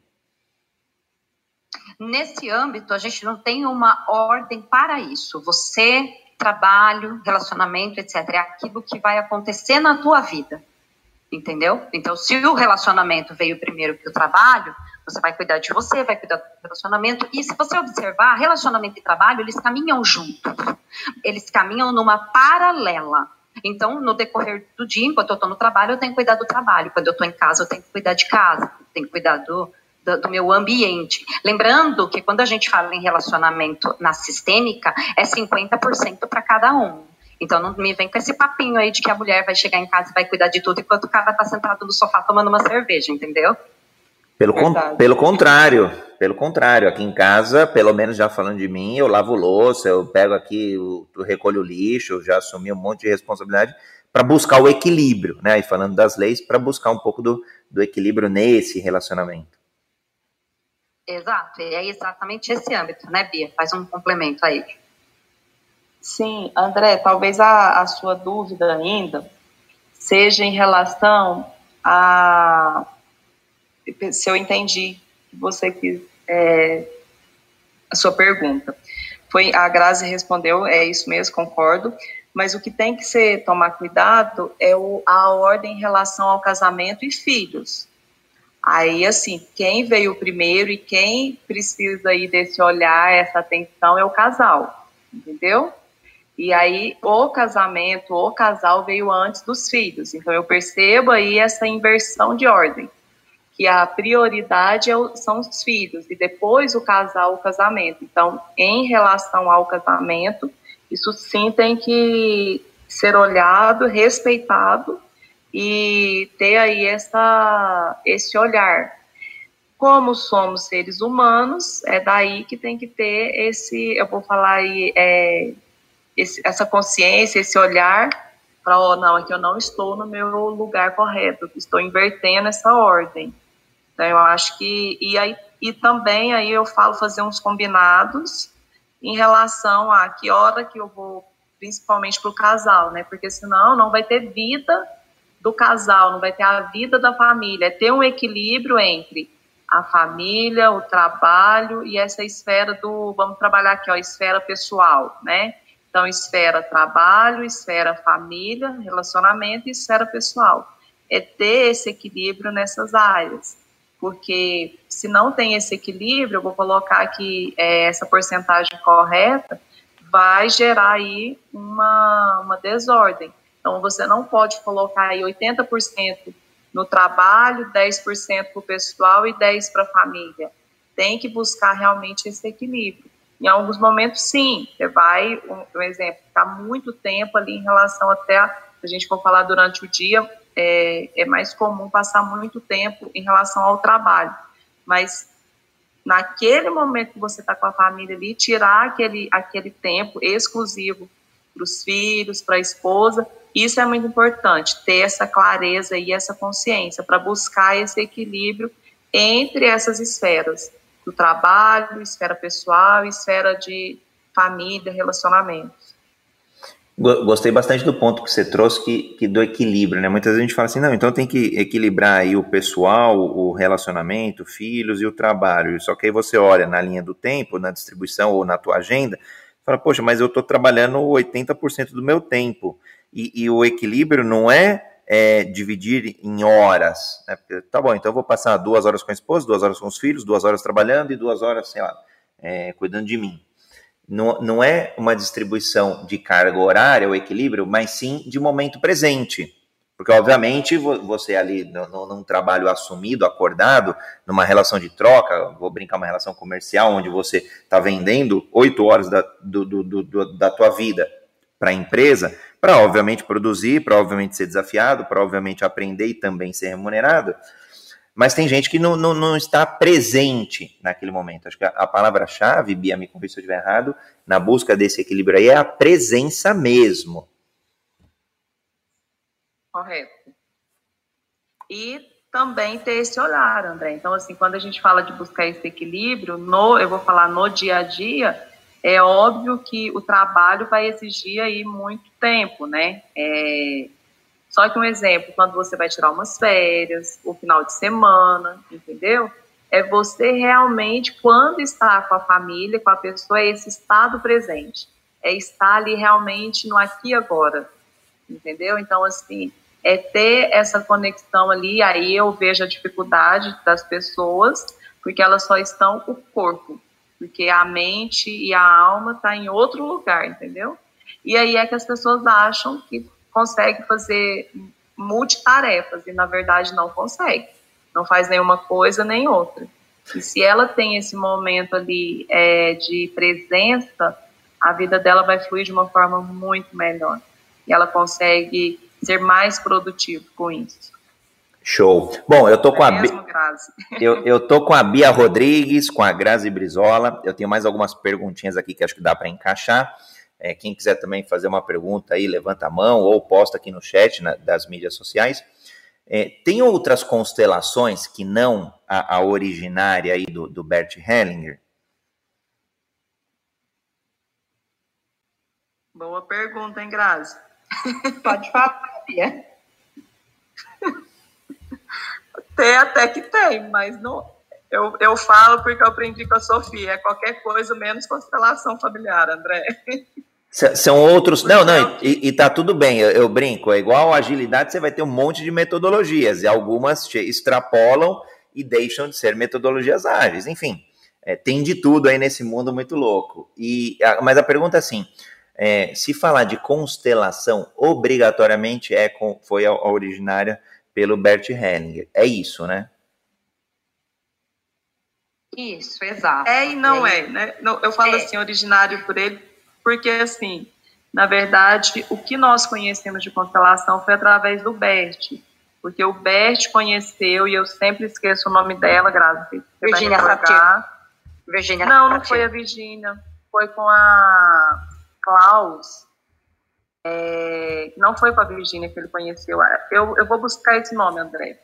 Nesse âmbito, a gente não tem uma ordem para isso. Você, trabalho, relacionamento, etc., é aquilo que vai acontecer na tua vida. Entendeu? Então, se o relacionamento veio primeiro que o trabalho, você vai cuidar de você, vai cuidar do relacionamento. E se você observar, relacionamento e trabalho, eles caminham juntos. Eles caminham numa paralela. Então, no decorrer do dia, enquanto eu estou no trabalho, eu tenho que cuidar do trabalho. Quando eu estou em casa, eu tenho que cuidar de casa. Tenho que cuidar do meu ambiente. Lembrando que quando a gente fala em relacionamento na sistêmica, é 50% para cada um. Então não me vem com esse papinho aí de que a mulher vai chegar em casa e vai cuidar de tudo enquanto o cara está sentado no sofá tomando uma cerveja, entendeu? Pelo contrário, aqui em casa, pelo menos já falando de mim, eu lavo louça, eu pego aqui, eu recolho o lixo, eu já assumi um monte de responsabilidade para buscar o equilíbrio, né? E falando das leis, para buscar um pouco do equilíbrio nesse relacionamento. Exato, e é exatamente esse âmbito, né, Bia? Faz um complemento aí. Sim, André, talvez a sua dúvida ainda seja em relação a... Se eu entendi que você quis... a sua pergunta. A Grazi respondeu, é isso mesmo, concordo, mas o que tem que ser tomar cuidado é a ordem em relação ao casamento e filhos. Aí, assim, quem veio primeiro e quem precisa aí desse olhar, essa atenção é o casal, entendeu? E aí, o casamento, o casal veio antes dos filhos. Então, eu percebo aí essa inversão de ordem, que a prioridade são os filhos, e depois o casal, o casamento. Então, em relação ao casamento, isso sim tem que ser olhado, respeitado, e ter aí esse olhar. Como somos seres humanos, é daí que tem que ter eu vou falar aí, essa consciência, esse olhar Para, oh, não, aqui eu não estou no meu lugar correto, estou invertendo essa ordem. Então, eu acho que... E também aí eu falo fazer uns combinados em relação a que hora que eu vou, principalmente para o casal, né? Porque senão não vai ter vida do casal, não vai ter a vida da família. É ter um equilíbrio entre a família, o trabalho e essa esfera vamos trabalhar aqui, ó, esfera pessoal, né? Então, esfera trabalho, esfera família, relacionamento e esfera pessoal. É ter esse equilíbrio nessas áreas. Porque se não tem esse equilíbrio, eu vou colocar aqui essa porcentagem correta, vai gerar aí uma desordem. Então, você não pode colocar aí 80% no trabalho, 10% para o pessoal e 10% para a família. Tem que buscar realmente esse equilíbrio. Em alguns momentos, sim, você vai, um exemplo, ficar muito tempo ali em relação até, se a gente for falar durante o dia, é mais comum passar muito tempo em relação ao trabalho. Mas naquele momento que você está com a família ali, tirar aquele tempo exclusivo para os filhos, para a esposa, isso é muito importante, ter essa clareza e essa consciência para buscar esse equilíbrio entre essas esferas, do trabalho, esfera pessoal, esfera de família, relacionamentos. Gostei bastante do ponto que você trouxe, que do equilíbrio, né? Muitas vezes a gente fala assim, não, então tem que equilibrar aí o pessoal, o relacionamento, filhos e o trabalho. Só que aí você olha na linha do tempo, na distribuição ou na tua agenda, fala, poxa, mas eu estou trabalhando 80% do meu tempo. E o equilíbrio não é dividir em horas, né? Porque, tá bom, então eu vou passar 2 horas com a esposa, 2 horas com os filhos, 2 horas trabalhando e 2 horas, sei lá, cuidando de mim. Não é uma distribuição de carga horária ou equilíbrio, mas sim de momento presente. Porque, obviamente, você ali num trabalho assumido, acordado, numa relação de troca, vou brincar, uma relação comercial, onde você está vendendo 8 horas da tua vida para a empresa, para, obviamente, produzir, para, obviamente, ser desafiado, para, obviamente, aprender e também ser remunerado. Mas tem gente que não está presente naquele momento. Acho que a palavra-chave, Bia, me corrija se eu estiver errado, na busca desse equilíbrio aí é a presença mesmo. Correto. E também ter esse olhar, André. Então, assim, quando a gente fala de buscar esse equilíbrio, eu vou falar no dia a dia, é óbvio que o trabalho vai exigir aí muito tempo, né? Só que um exemplo, quando você vai tirar umas férias, o final de semana, entendeu? É você realmente, quando está com a família, com a pessoa, é esse estado presente. É estar ali realmente no aqui e agora, entendeu? Então, assim, é ter essa conexão ali, aí eu vejo a dificuldade das pessoas, porque elas só estão o corpo, porque a mente e a alma tá em outro lugar, entendeu? E aí é que as pessoas acham que consegue fazer multitarefas, e na verdade não consegue. Não faz nenhuma coisa nem outra. E se ela tem esse momento ali de presença, a vida dela vai fluir de uma forma muito melhor. E ela consegue ser mais produtiva com isso. Show. Bom, eu tô com eu tô com a Bia Rodrigues, com a Grazi Brizola. Eu tenho mais algumas perguntinhas aqui que acho que dá para encaixar. Quem quiser também fazer uma pergunta aí, levanta a mão ou posta aqui no chat das mídias sociais. Tem outras constelações que não a originária aí do Bert Hellinger? Boa pergunta, hein, Grazi? Pode falar, Bia. Até que tem, mas não. Eu falo porque eu aprendi com a Sofia. É qualquer coisa menos constelação familiar, André. São outros... Não, e tá tudo bem, eu brinco, é igual a agilidade, você vai ter um monte de metodologias, e algumas extrapolam e deixam de ser metodologias ágeis, enfim, tem de tudo aí nesse mundo muito louco. Mas a pergunta é assim, se falar de constelação, obrigatoriamente foi a originária pelo Bert Hellinger, é isso, né? Isso, exato. E não né? Eu falo assim, originário por ele, porque, assim, na verdade, o que nós conhecemos de constelação foi através do Bert. Porque o Bert conheceu, e eu sempre esqueço o nome dela, Grazi. Virginia Satir. Não foi a Virginia. Foi com a Klaus. Não foi com a Virgínia que ele conheceu. Eu vou buscar esse nome, André.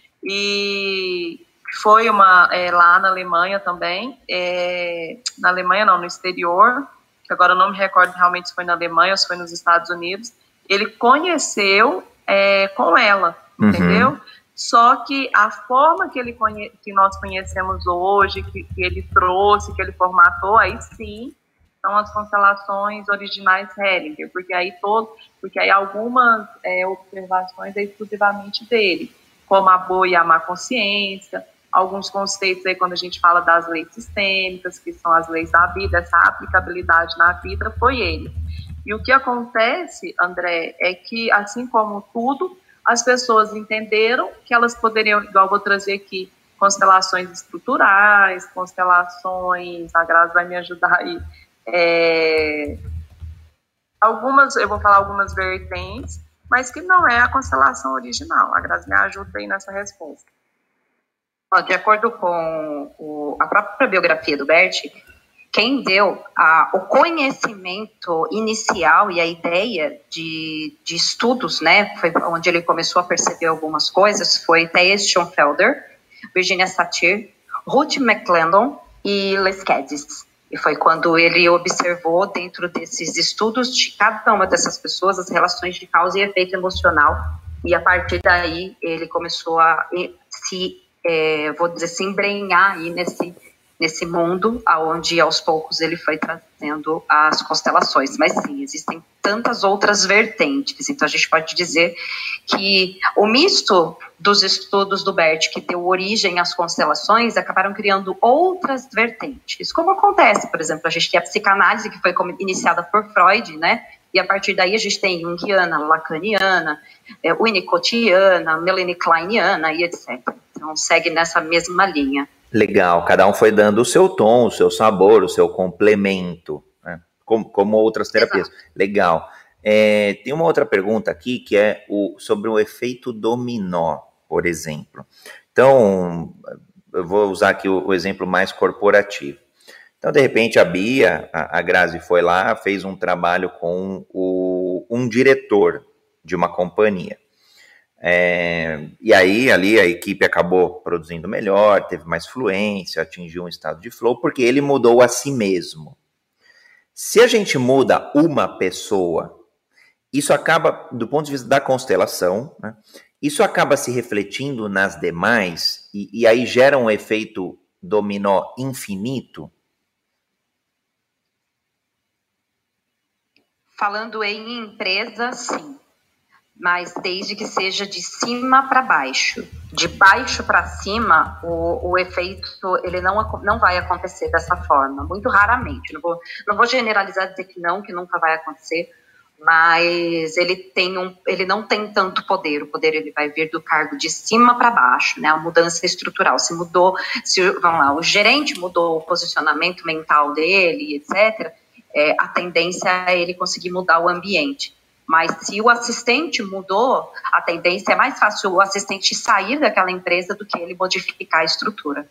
E foi lá na Alemanha também. Na Alemanha não, no exterior, que agora eu não me recordo realmente se foi na Alemanha ou se foi nos Estados Unidos. Ele conheceu com ela, entendeu? Só que a forma que nós conhecemos hoje, que ele trouxe, que ele formatou, aí sim são as constelações originais Hellinger, porque aí algumas observações é exclusivamente dele, como a boa e a má consciência, alguns conceitos aí quando a gente fala das leis sistêmicas, que são as leis da vida, essa aplicabilidade na vida, foi ele. E o que acontece, André, é que, assim como tudo, as pessoas entenderam que elas poderiam, igual eu vou trazer aqui, constelações estruturais, constelações, a Grazi vai me ajudar aí, eu vou falar algumas vertentes, mas que não é a constelação original. A Grazi me ajuda aí nessa resposta. De acordo com a própria biografia do Bert, quem deu o conhecimento inicial e a ideia de estudos, né, foi onde ele começou a perceber algumas coisas, foi Thais Schoenfelder, Virginia Satir, Ruth McClendon e Les Cadis. E foi quando ele observou dentro desses estudos de cada uma dessas pessoas as relações de causa e efeito emocional, e a partir daí ele começou a se embrenhar aí nesse mundo, aonde aos poucos ele foi trazendo as constelações. Mas sim, existem tantas outras vertentes, então a gente pode dizer que o misto dos estudos do Bert, que deu origem às constelações, acabaram criando outras vertentes, como acontece, por exemplo, a gente tem a psicanálise, que foi iniciada por Freud, né, e a partir daí a gente tem Jungiana, Lacaniana, Winnicottiana, Melanie Kleiniana e etc. Então segue nessa mesma linha. Legal, cada um foi dando o seu tom, o seu sabor, o seu complemento, né? Como outras terapias. Exato. Legal. Tem uma outra pergunta aqui que é sobre o efeito dominó, por exemplo. Então, eu vou usar aqui o exemplo mais corporativo. Então, de repente, a Bia, a Grazi foi lá, fez um trabalho com um diretor de uma companhia. E aí, ali, a equipe acabou produzindo melhor, teve mais fluência, atingiu um estado de flow, porque ele mudou a si mesmo. Se a gente muda uma pessoa, isso acaba, do ponto de vista da constelação, né, isso acaba se refletindo nas demais, e aí gera um efeito dominó infinito? Falando em empresa, sim. Mas desde que seja de cima para baixo. De baixo para cima, o efeito ele não vai acontecer dessa forma, muito raramente. Não vou generalizar, dizer que nunca vai acontecer, mas ele não tem tanto poder. O poder ele vai vir do cargo de cima para baixo, né? A mudança estrutural. Vamos lá, o gerente mudou o posicionamento mental dele, etc., a tendência é ele conseguir mudar o ambiente. Mas se o assistente mudou, a tendência é mais fácil o assistente sair daquela empresa do que ele modificar a estrutura.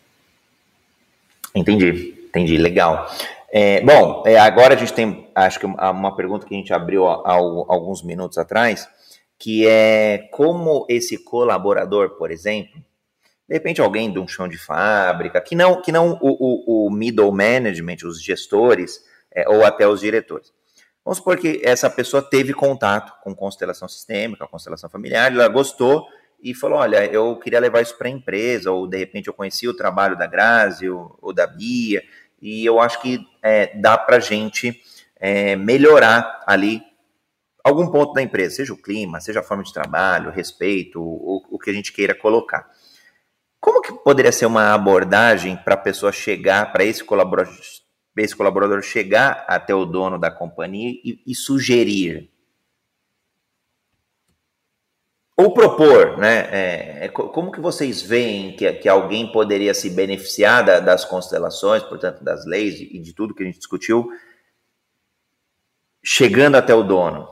Entendi, legal. Agora a gente tem, acho que uma pergunta que a gente abriu há alguns minutos atrás, que é como esse colaborador, por exemplo, de repente alguém de um chão de fábrica, que não o middle management, os gestores, ou até os diretores. Vamos supor que essa pessoa teve contato com constelação sistêmica, constelação familiar, ela gostou e falou, olha, eu queria levar isso para a empresa, ou de repente eu conheci o trabalho da Grazi ou da Bia, e eu acho que dá para a gente melhorar ali algum ponto da empresa, seja o clima, seja a forma de trabalho, o respeito, o que a gente queira colocar. Como que poderia ser uma abordagem para a pessoa chegar, para esse colaborador chegar até o dono da companhia e sugerir? Ou propor, né? Como que vocês veem que alguém poderia se beneficiar das constelações, portanto, das leis e de tudo que a gente discutiu, chegando até o dono?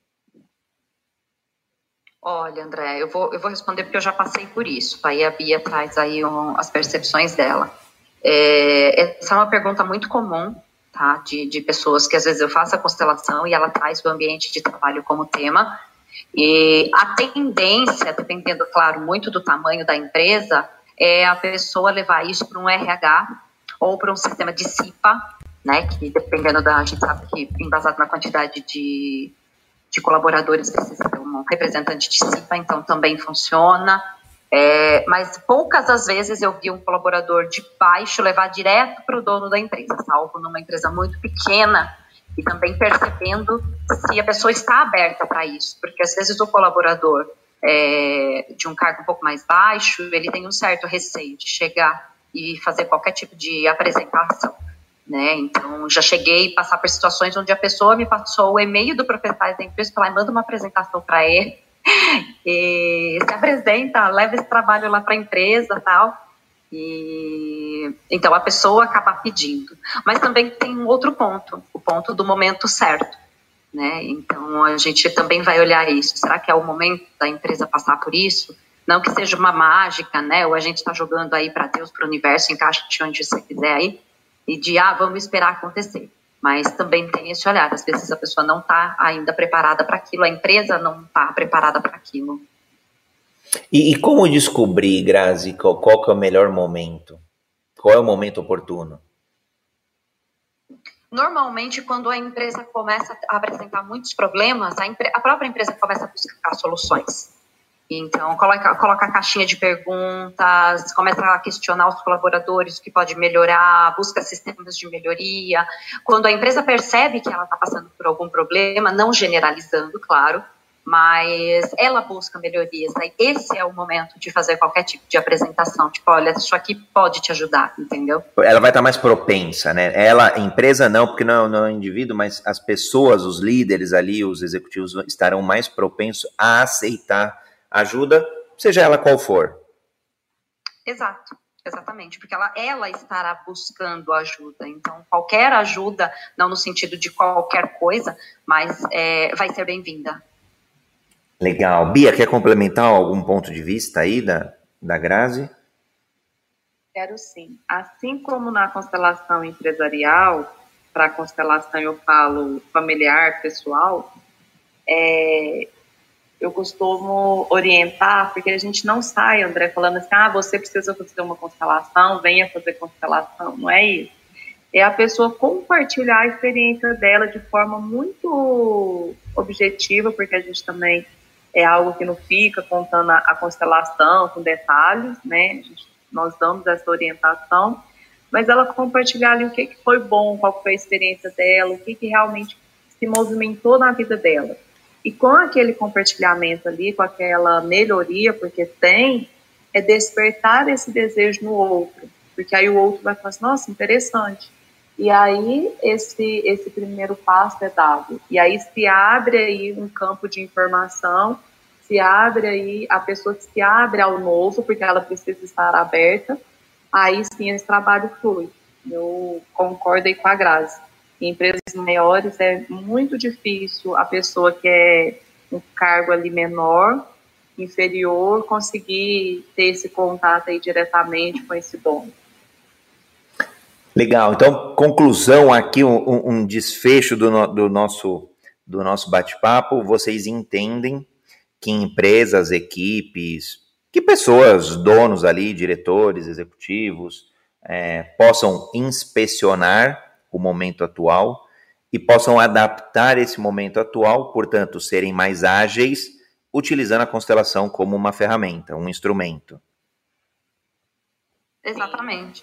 Olha, André, eu vou responder porque eu já passei por isso. Aí a Bia traz aí as percepções dela. Essa é uma pergunta muito comum, tá? De pessoas que às vezes eu faço a constelação e ela traz o ambiente de trabalho como tema. E a tendência, dependendo, claro, muito do tamanho da empresa, é a pessoa levar isso para um RH ou para um sistema de CIPA, né? Que dependendo a gente sabe que, embasado na quantidade de colaboradores, precisa ter um representante de CIPA, então também funciona. Mas poucas das vezes eu vi um colaborador de baixo levar direto para o dono da empresa, salvo numa empresa muito pequena, e também percebendo se a pessoa está aberta para isso, porque às vezes o colaborador de um cargo um pouco mais baixo, ele tem um certo receio de chegar e fazer qualquer tipo de apresentação, né? Então, já cheguei a passar por situações onde a pessoa me passou o e-mail do proprietário da empresa e falou, manda uma apresentação para ele, e se apresenta, leva esse trabalho lá para a empresa, tal. E então a pessoa acaba pedindo. Mas também tem um outro ponto, o ponto do momento certo, né? Então a gente também vai olhar isso. Será que é o momento da empresa passar por isso? Não que seja uma mágica, né? Ou a gente está jogando aí para Deus, para o universo, encaixa de onde você quiser aí, e de vamos esperar acontecer. Mas também tem esse olhar, às vezes a pessoa não está ainda preparada para aquilo, a empresa não está preparada para aquilo. E como descobrir, Grazi, qual que é o melhor momento? Qual é o momento oportuno? Normalmente, quando a empresa começa a apresentar muitos problemas, a própria empresa começa a buscar soluções. Então, coloca a caixinha de perguntas, começa a questionar os colaboradores o que pode melhorar, busca sistemas de melhoria. Quando a empresa percebe que ela está passando por algum problema, não generalizando, claro, mas ela busca melhorias. Aí esse é o momento de fazer qualquer tipo de apresentação. Tipo, olha, isso aqui pode te ajudar, entendeu? Ela vai estar mais propensa, né? Ela, a empresa não, porque não é um indivíduo, mas as pessoas, os líderes ali, os executivos estarão mais propensos a aceitar ajuda, seja ela qual for. Exato, exatamente, porque ela estará buscando ajuda. Então, qualquer ajuda, não no sentido de qualquer coisa, mas vai ser bem-vinda. Legal. Bia, quer complementar algum ponto de vista aí da Grazi? Quero sim. Assim como na constelação empresarial, para a constelação eu falo familiar, pessoal, eu costumo orientar, porque a gente não sai, André, falando assim, você precisa fazer uma constelação, venha fazer constelação. Não é isso. É a pessoa compartilhar a experiência dela de forma muito objetiva, porque a gente também é algo que não fica contando a constelação com detalhes, né? Nós damos essa orientação, mas ela compartilhar ali o que foi bom, qual foi a experiência dela, o que realmente se movimentou na vida dela. E com aquele compartilhamento ali, com aquela melhoria, porque é despertar esse desejo no outro, porque aí o outro vai falar assim, nossa, interessante. E aí esse primeiro passo é dado. E aí se abre aí um campo de informação, se abre aí, a pessoa se abre ao novo, porque ela precisa estar aberta, aí sim esse trabalho flui. Eu concordo aí com a Grazi. Em empresas maiores é muito difícil a pessoa que é um cargo ali menor, inferior, conseguir ter esse contato aí diretamente com esse dono. Legal, então conclusão aqui, um desfecho do nosso bate-papo. Vocês entendem que empresas, equipes, que pessoas, donos ali, diretores, executivos, possam inspecionar o momento atual e possam adaptar esse momento atual, portanto, serem mais ágeis, utilizando a constelação como uma ferramenta, um instrumento. Exatamente.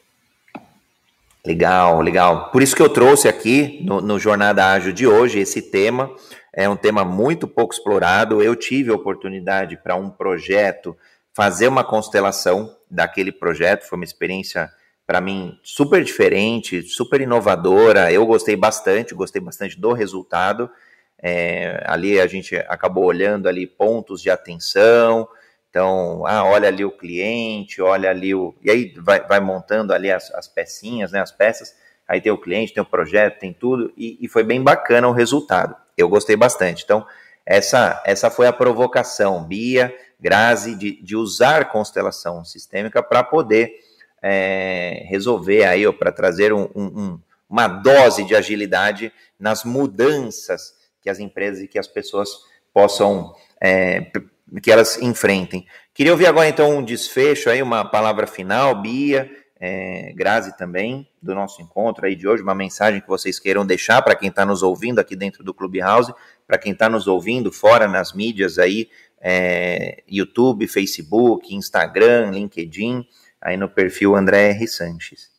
Legal, legal. Por isso que eu trouxe aqui no Jornada Ágil de hoje esse tema. É um tema muito pouco explorado. Eu tive a oportunidade para um projeto fazer uma constelação daquele projeto. Foi uma experiência, para mim, super diferente, super inovadora. Eu gostei bastante do resultado. Ali a gente acabou olhando ali pontos de atenção. Então, olha ali o cliente, olha ali e aí vai montando ali as pecinhas, né, as peças, aí tem o cliente, tem o projeto, tem tudo, e foi bem bacana o resultado. Eu gostei bastante. Então, essa foi a provocação, Bia, Grazi, de usar constelação sistêmica para poder resolver aí, ou para trazer uma dose de agilidade nas mudanças que as empresas e que as pessoas possam, que elas enfrentem. Queria ouvir agora, então, um desfecho, aí, uma palavra final, Bia, Grazi também, do nosso encontro aí de hoje, uma mensagem que vocês queiram deixar para quem está nos ouvindo aqui dentro do Clubhouse, para quem está nos ouvindo fora nas mídias aí, YouTube, Facebook, Instagram, LinkedIn, aí no perfil André R. Sanches.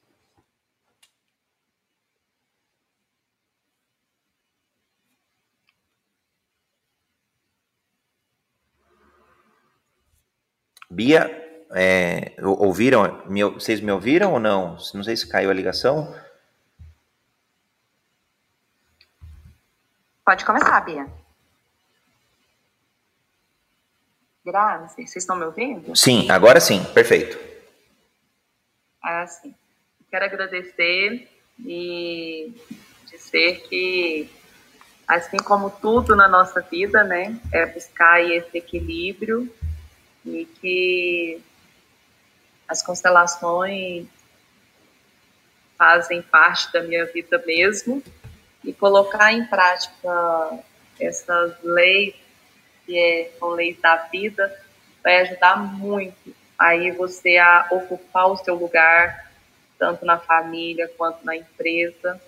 Bia, ouviram? Vocês me ouviram ou não? Não sei se caiu a ligação. Pode começar, Bia. Grazi, vocês estão me ouvindo? Sim, agora sim, perfeito. Sim. Quero agradecer e dizer que, assim como tudo na nossa vida, né, é buscar esse equilíbrio e que as constelações fazem parte da minha vida mesmo, e colocar em prática essas leis, que são leis da vida, vai ajudar muito aí você a ocupar o seu lugar, tanto na família quanto na empresa.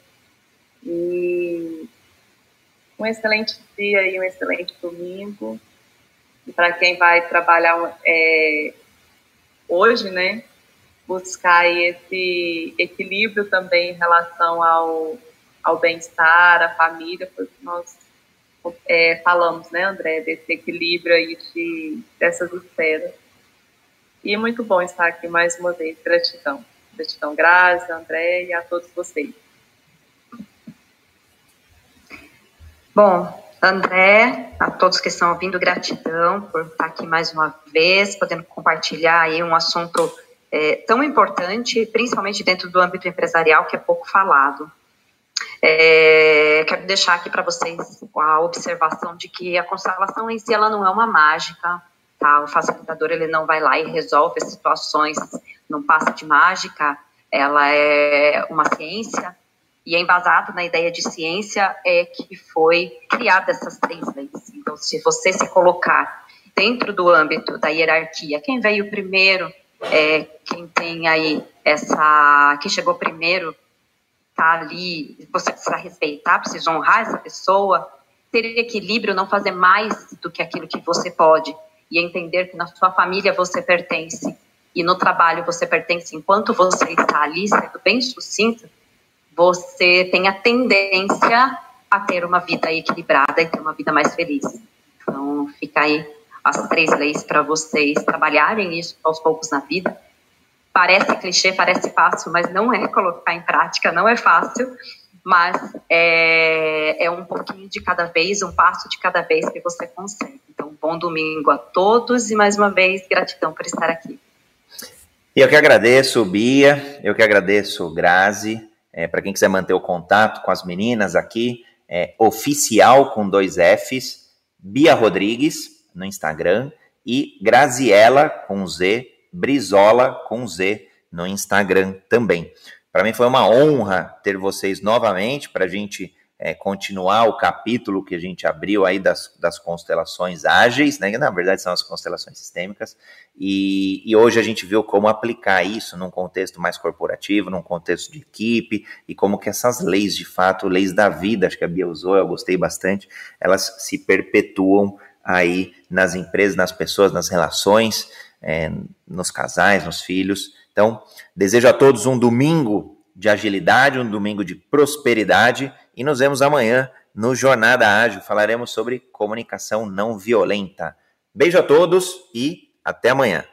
E um excelente dia e um excelente domingo. E para quem vai trabalhar hoje, né, buscar esse equilíbrio também em relação ao bem-estar, à família, porque nós falamos, né, André, desse equilíbrio aí dessas esferas. E é muito bom estar aqui mais uma vez. Gratidão. Gratidão, Grazi, André e a todos vocês. Bom, André, a todos que estão ouvindo, gratidão por estar aqui mais uma vez, podendo compartilhar aí um assunto tão importante, principalmente dentro do âmbito empresarial, que é pouco falado. Quero deixar aqui para vocês a observação de que a constelação em si ela não é uma mágica, tá? O facilitador ele não vai lá e resolve as situações, não passa de mágica, ela é uma ciência, e é embasado na ideia de ciência que foi criada essas 3 leis. Então, se você se colocar dentro do âmbito da hierarquia, quem veio primeiro, quem tem aí quem chegou primeiro, tá ali, você precisa respeitar, precisa honrar essa pessoa, ter equilíbrio, não fazer mais do que aquilo que você pode, e entender que na sua família você pertence, e no trabalho você pertence, enquanto você está ali, sendo bem sucinto, você tem a tendência a ter uma vida equilibrada e ter uma vida mais feliz. Então, fica aí as 3 leis para vocês trabalharem isso aos poucos na vida. Parece clichê, parece fácil, mas não é colocar em prática, não é fácil, mas é um pouquinho de cada vez, um passo de cada vez que você consegue. Então, bom domingo a todos e, mais uma vez, gratidão por estar aqui. E eu que agradeço, Bia, eu que agradeço, Grazi. Para quem quiser manter o contato com as meninas aqui, oficial com 2 Fs, Bia Rodrigues no Instagram e Graziella com Z, Brizola com Z no Instagram também. Para mim foi uma honra ter vocês novamente para a gente continuar o capítulo que a gente abriu aí das constelações ágeis, né? Que na verdade são as constelações sistêmicas, e hoje a gente viu como aplicar isso num contexto mais corporativo, num contexto de equipe, e como que essas leis, de fato, leis da vida, acho que a Bia usou, eu gostei bastante, elas se perpetuam aí nas empresas, nas pessoas, nas relações, nos casais, nos filhos. Então, desejo a todos um domingo de agilidade, um domingo de prosperidade, e nos vemos amanhã no Jornada Ágil. Falaremos sobre comunicação não violenta. Beijo a todos e até amanhã.